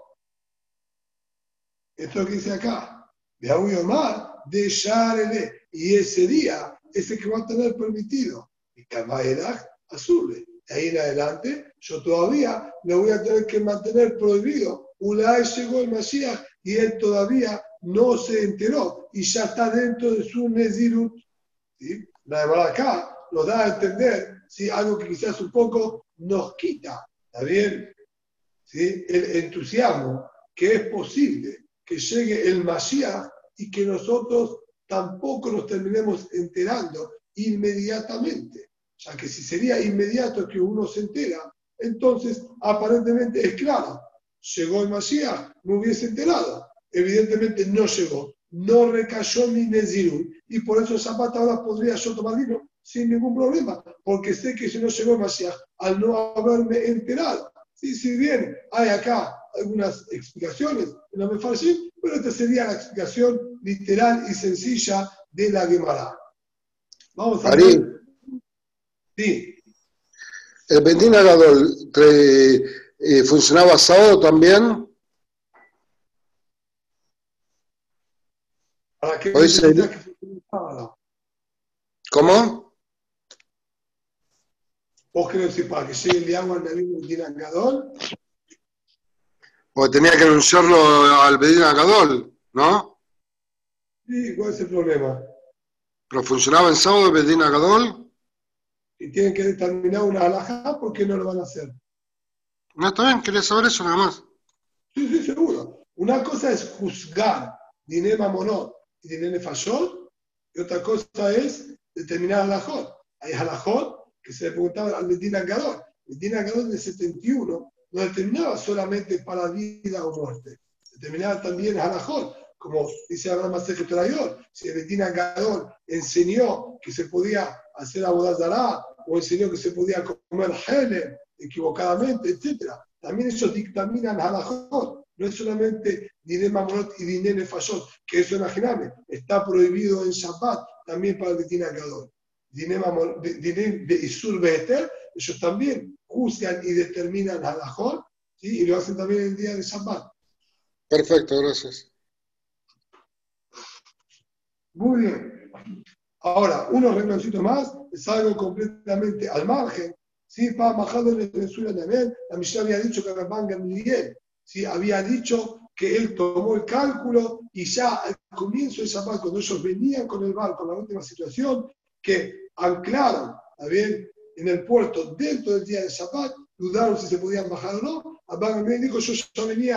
Esto es lo que dice acá. De Auyomar, de Sharele. Y ese día es el que va a tener permitido. Y Kamaedach azul. De ahí en adelante, yo todavía me voy a tener que mantener prohibido. Ulay llegó el Mashiach y él todavía no se enteró y ya está dentro de su Nezirut. ¿Sí? La verdad acá nos da a entender, ¿sí? Algo que quizás un poco nos quita, ¿está bien? ¿Sí? El entusiasmo que es posible que llegue el Mashiach y que nosotros tampoco nos terminemos enterando inmediatamente. Ya que si sería inmediato que uno se entera, entonces aparentemente es claro, llegó el Mashiach, me hubiese enterado. Evidentemente no llegó, no recayó mi Nezirut, y por eso Shabbat ahora podría yo tomar vino sin ningún problema, porque sé que si no llegó el Mashiach, al no haberme enterado. Sí, si bien hay acá algunas explicaciones en la Mefarshim, pero esta sería la explicación literal y sencilla de la Gemara. Vamos a Ari, ver. Sí. ¿El Bedín Agadol eh, funcionaba sábado también? ¿Para qué Hoy se... necesitas que funcione sábado? ¿Cómo? ¿Vos querés decir para que llegue el agua al Bedín Agadol? Porque tenía que anunciarlo al Bedín Agadol, ¿no? Sí, ¿cuál es el problema? ¿Pero funcionaba en sábado el Bedín Agadol? Y tienen que determinar una halajá, ¿por qué no lo van a hacer? No, está bien, quería saber eso nada más. Sí, sí, seguro. Una cosa es juzgar Diné Mamonot y Diné Nefashot, y otra cosa es determinar halajot. Hay halajot que se le preguntaba al Bedín Agadol. El Bedín Agadol del setenta y uno no determinaba solamente para vida o muerte, determinaba también halajot, como dice Abraham Masechet Torayot. Si el Bedín Agadol enseñó que se podía hacer abodazará, o enseñó que se podía comer hele equivocadamente, etcétera. También ellos dictaminan halajot. No es solamente Diné Mamonot y Diné Nefashot, que eso, imaginame, está prohibido en Shabbat también para el Bedín Agadol. Diné de Isur Beheter, ellos también juzgan y determinan halajot, ¿sí? Y lo hacen también el día de Shabbat. Perfecto, gracias. Muy bien. Ahora, unos rengloncitos más, es algo completamente al margen. ¿Sí? Para bajado en Venezuela también, la Mishnah había dicho que Rabban Gamliel, ¿sí? Había dicho que él tomó el cálculo y ya al comienzo de Shabbat, cuando ellos venían con el barco, en la última situación, que anclaron, ¿está bien?, en el puerto dentro del día de Shabbat, dudaron si se podían bajar o no. Rabban Gamliel dijo, yo ya venía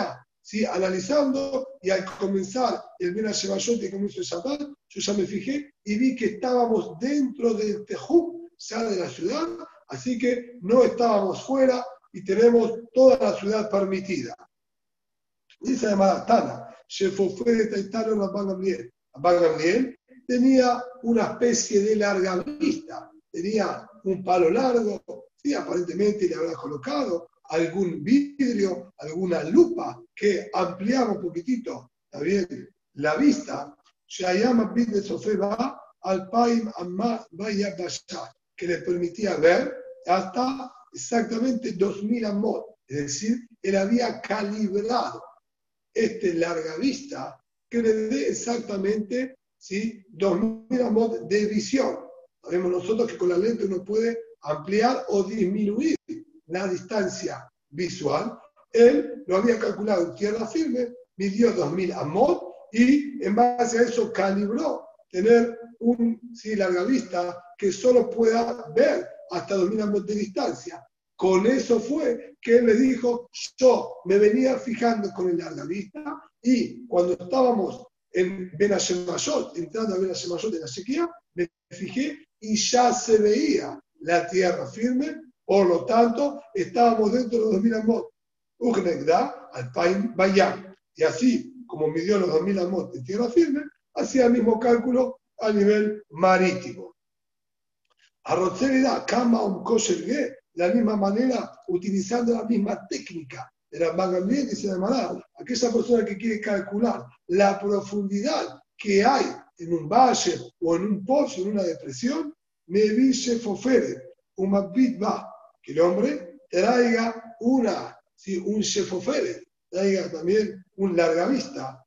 ¿sí? Analizando, y al comenzar el Ben Hashemashot y comienzo de Shabbat, yo ya me fijé y vi que estábamos dentro del Tejú, ya de la ciudad, así que no estábamos fuera y tenemos toda la ciudad permitida. Dice además Tana, Shefofé de Taitano Rabban Gamliel. Rabban Gamliel tenía una especie de larga vista, tenía un palo largo, ¿sí? Aparentemente le habrá colocado algún vidrio, alguna lupa que ampliaba un poquitito, ¿está bien? La vista, Shayama Bit de Sofeba al Paim Amma Vaya Bashat, que le permitía ver hasta exactamente dos mil amot, es decir, él había calibrado este larga vista que le dé exactamente, ¿sí?, dos mil amot de visión. Sabemos nosotros que con la lente uno puede ampliar o disminuir la distancia visual. Él lo había calculado en tierra firme, midió dos mil amot y en base a eso calibró tener un ¿sí? larga vista que solo pueda ver hasta dos mil amot de distancia. Con eso fue que él le dijo, yo me venía fijando con el larga vista y cuando estábamos en Ben Hashemashot, entrando a Ben Hashemashot de la sequía, me fijé y ya se veía la tierra firme, por lo tanto, estábamos dentro de los dos mil amot. Ugnegda al Paim Bayam. Y así, como midió los dos mil amot de tierra firme, hacía el mismo cálculo a nivel marítimo. A Rotzelida, Kama un Kosher Ge, de la misma manera, utilizando la misma técnica de la Rabban Gamliel, dice la Gemara, aquella persona que quiere calcular la profundidad que hay en un valle o en un pozo, en una depresión, me dice Fofere, un Mabitba, que el hombre traiga una, ¿sí? un Shefofere, traiga también un larga vista,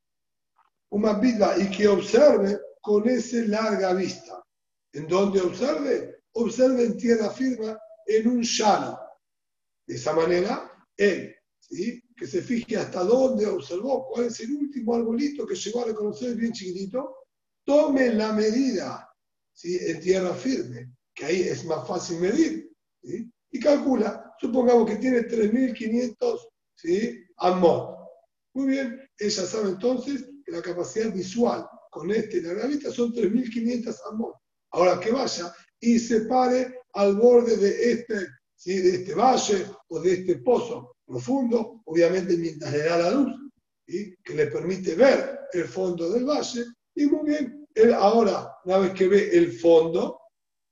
un Mabitba, y que observe con ese larga vista. ¿En dónde observe? Observe en tierra firme, en un llano. De esa manera, él, ¿sí? que se fije hasta dónde observó, cuál es el último arbolito que llegó a reconocer bien chiquitito, tome la medida, ¿sí? en tierra firme, que ahí es más fácil medir, ¿sí? y calcula, supongamos que tiene tres mil quinientos ¿sí? amot. Muy bien, ella sabe entonces que la capacidad visual con este larga vista son tres mil quinientos amot. Ahora que vaya y se pare al borde de este, ¿sí? de este valle o de este pozo profundo, obviamente mientras le da la luz, ¿sí? que le permite ver el fondo del valle, y muy bien, él ahora, una vez que ve el fondo,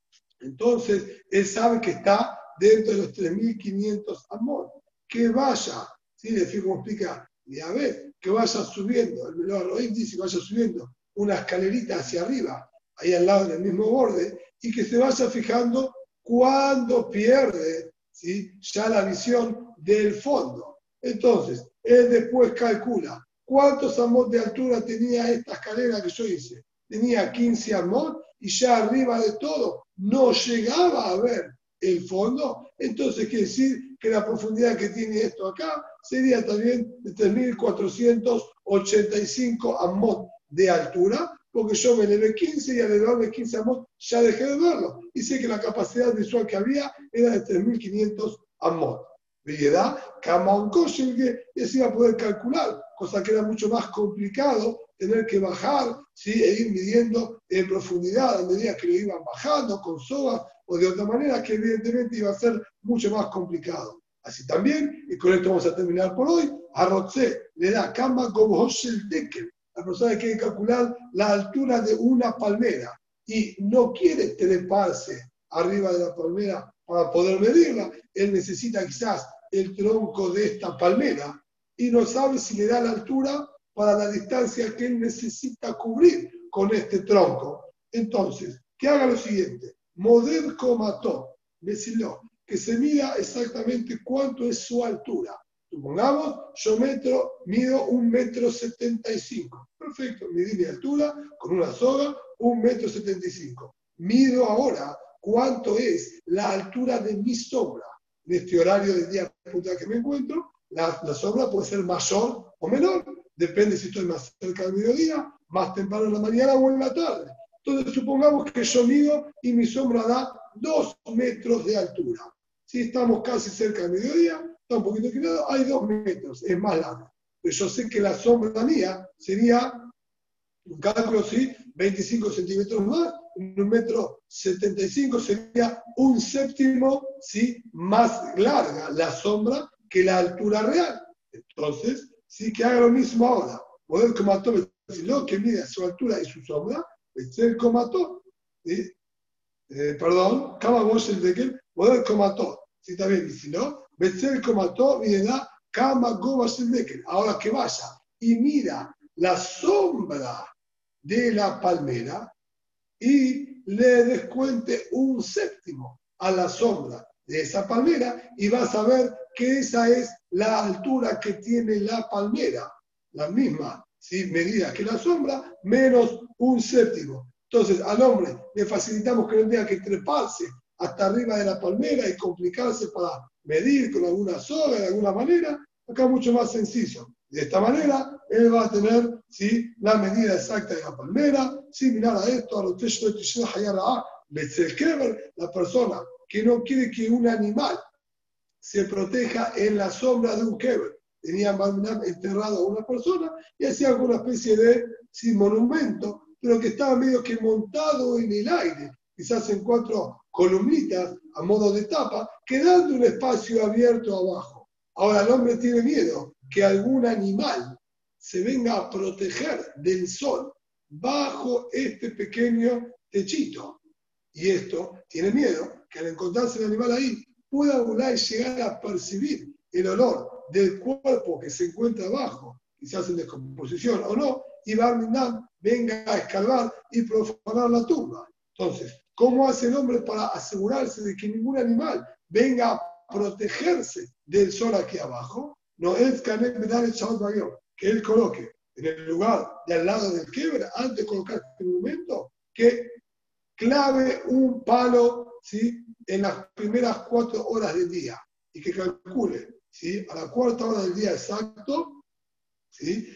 entonces él sabe que está dentro de los tres mil quinientos amot, que vaya, ¿sí? le fijo cómo explica, y a ver, que vaya subiendo, el Melor Elohim dice que vaya subiendo una escalerita hacia arriba, ahí al lado del mismo borde, y que se vaya fijando cuando pierde ¿sí? ya la visión del fondo. Entonces, él después calcula cuántos amot de altura tenía esta escalera que yo hice. Tenía quince amot y ya arriba de todo no llegaba a ver el fondo. Entonces, quiere decir que la profundidad que tiene esto acá sería también de tres mil cuatrocientos ochenta y cinco amot de altura, porque yo me elevé quince y al elevarme quince amot ya dejé de verlo. Y sé que la capacidad visual que había era de tres mil quinientos amot. ¿Verdad? Kama un kosher, y así iba a poder calcular, cosa que era mucho más complicado tener que bajar, ¿sí? e ir midiendo en profundidad a medida que lo iban bajando con sogas o de otra manera que evidentemente iba a ser mucho más complicado. Así también, y con esto vamos a terminar por hoy, a Rotze le da Kama Goboshel Tekel. La persona que quiere calcular la altura de una palmera y no quiere treparse arriba de la palmera para poder medirla, él necesita quizás el tronco de esta palmera y no sabe si le da la altura para la distancia que él necesita cubrir con este tronco. Entonces, que haga lo siguiente, Model Comató, decirlo, que se mida exactamente cuánto es su altura. Supongamos, yo metro, mido un metro setenta y cinco. Perfecto, midí mi altura con una soga, un metro setenta y cinco. Mido ahora cuánto es la altura de mi sombra. En este horario del día puntual que me encuentro, la, la sombra puede ser mayor o menor. Depende si estoy más cerca del mediodía, más temprano en la mañana o en la tarde. Entonces, supongamos que yo mido y mi sombra da dos metros de altura. Si estamos casi cerca del mediodía, está un poquito inclinado, hay dos metros, es más largo. pero yo sé que la sombra mía sería, un cálculo, ¿sí? veinticinco centímetros más, en un metro setenta y cinco sería un séptimo, ¿sí? Más larga la sombra que la altura real. Entonces, sí que haga lo mismo ahora. Model comató, si no, que mide su altura y su sombra, el comató, ¿sí? Eh, perdón, Kama Goshen de que model comató, ¿sí? También, y si no, el comató, mira, Kama Goshen de que ahora que vaya y mira la sombra de la palmera y le descuente un séptimo a la sombra de esa palmera y vas a ver que esa es la altura que tiene la palmera, la misma, ¿sí? Medida que la sombra, menos un séptimo. Entonces al hombre le facilitamos que no tenga que treparse hasta arriba de la palmera y complicarse para medir con alguna soga de alguna manera. Acá es mucho más sencillo. De esta manera, él va a tener, ¿sí? La medida exacta de la palmera, similar a esto, a los textos de Tishel Hayara, Betzelkever, la persona que no quiere que un animal se proteja en la sombra de un kever. Tenía enterrado a una persona y hacía alguna especie de, ¿sí? Monumento, pero que estaba medio que montado en el aire, quizás en cuatro columnitas a modo de tapa, quedando un espacio abierto abajo. Ahora el hombre tiene miedo que algún animal se venga a proteger del sol bajo este pequeño techito. Y esto tiene miedo que al encontrarse el animal ahí pueda volar y llegar a percibir el olor del cuerpo que se encuentra abajo, quizás en descomposición o no, y Barminan venga a escarbar y profanar la tumba. Entonces, ¿cómo hace el hombre para asegurarse de que ningún animal venga a protegerse del sol aquí abajo? No es que él coloque en el lugar de al lado del quiebre, antes de colocar este monumento, que clave un palo, ¿sí? En las primeras cuatro horas del día y que calcule, ¿sí? A la cuarta hora del día exacto, ¿sí?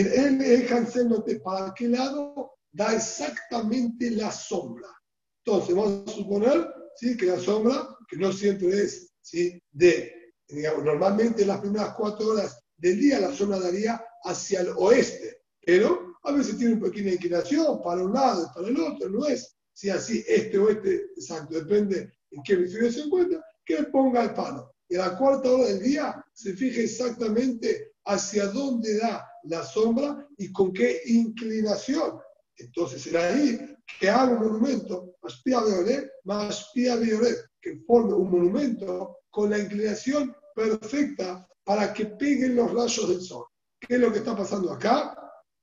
¿Para qué lado da exactamente la sombra? Entonces, vamos a suponer, ¿sí? Que la sombra, que no siempre es, ¿sí? De, digamos, normalmente en las primeras cuatro horas del día la sombra daría hacia el oeste, pero a veces tiene una pequeña inclinación para un lado y para el otro, no es, si así, este o este, exacto, depende en qué hemisferio se encuentra, que él ponga el palo. Y a la cuarta hora del día se fije exactamente hacia dónde da la sombra y con qué inclinación. Entonces será ahí que haga un monumento, más pía violet, más pía violet, que forme un monumento con la inclinación perfecta para que peguen los rayos del sol. ¿Qué es lo que está pasando acá?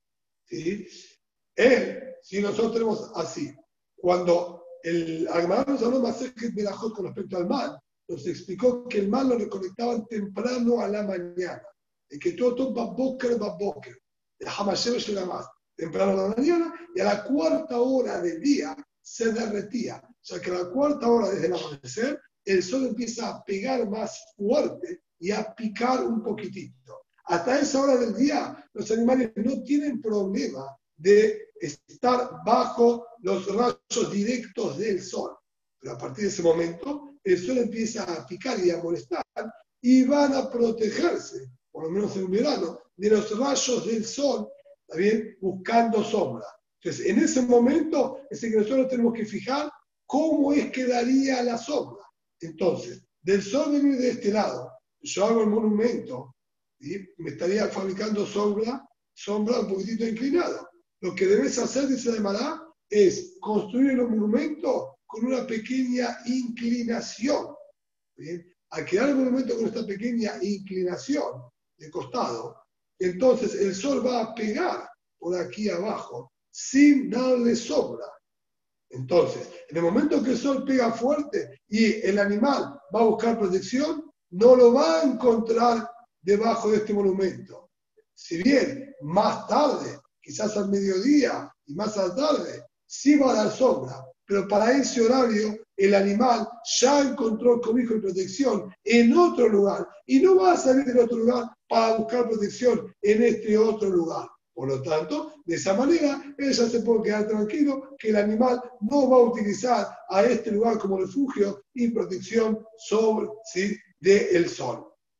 ¿Sí? Él, si nosotros tenemos así, cuando el Agmará nos habló más de Berajot con respecto al mal, nos explicó que el mal lo reconectaban temprano a la mañana, y que todo va boker, va boker, el Hamashem llega más temprano a la mañana, y a la cuarta hora del día se derretía. O sea que a la cuarta hora desde el amanecer, el sol empieza a pegar más fuerte y a picar un poquitito. Hasta esa hora del día, los animales no tienen problema de estar bajo los rayos directos del sol. Pero a partir de ese momento, el sol empieza a picar y a molestar y van a protegerse, por lo menos en verano, de los rayos del sol, ¿está bien? Buscando sombra. Entonces, en ese momento es en que nosotros tenemos que fijar cómo es que daría la sombra. Entonces, del sol venir de este lado, yo hago el monumento y me estaría fabricando sombra, sombra un poquitito inclinada. Lo que debes hacer, dice la Mará, es construir el monumento con una pequeña inclinación. ¿Bien? Al crear el monumento con esta pequeña inclinación de costado, entonces el sol va a pegar por aquí abajo sin darle sombra. Entonces, en el momento que el sol pega fuerte y el animal va a buscar protección, no lo va a encontrar debajo de este monumento. Si bien más tarde, quizás al mediodía y más a la tarde, sí va a dar sombra, pero para ese horario el animal ya encontró cobijo y protección en otro lugar y no va a salir del otro lugar para buscar protección en este otro lugar. Por lo tanto, de esa manera, él ya se puede quedar tranquilo que el animal no va a utilizar a este lugar como refugio y protección sobre, ¿sí? del sol.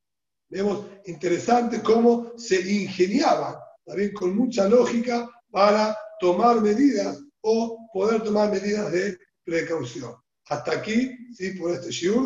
Vemos interesante cómo se ingeniaban, también con mucha lógica, para tomar medidas o poder tomar medidas de precaución. Hasta aquí, ¿sí? Por este shiur.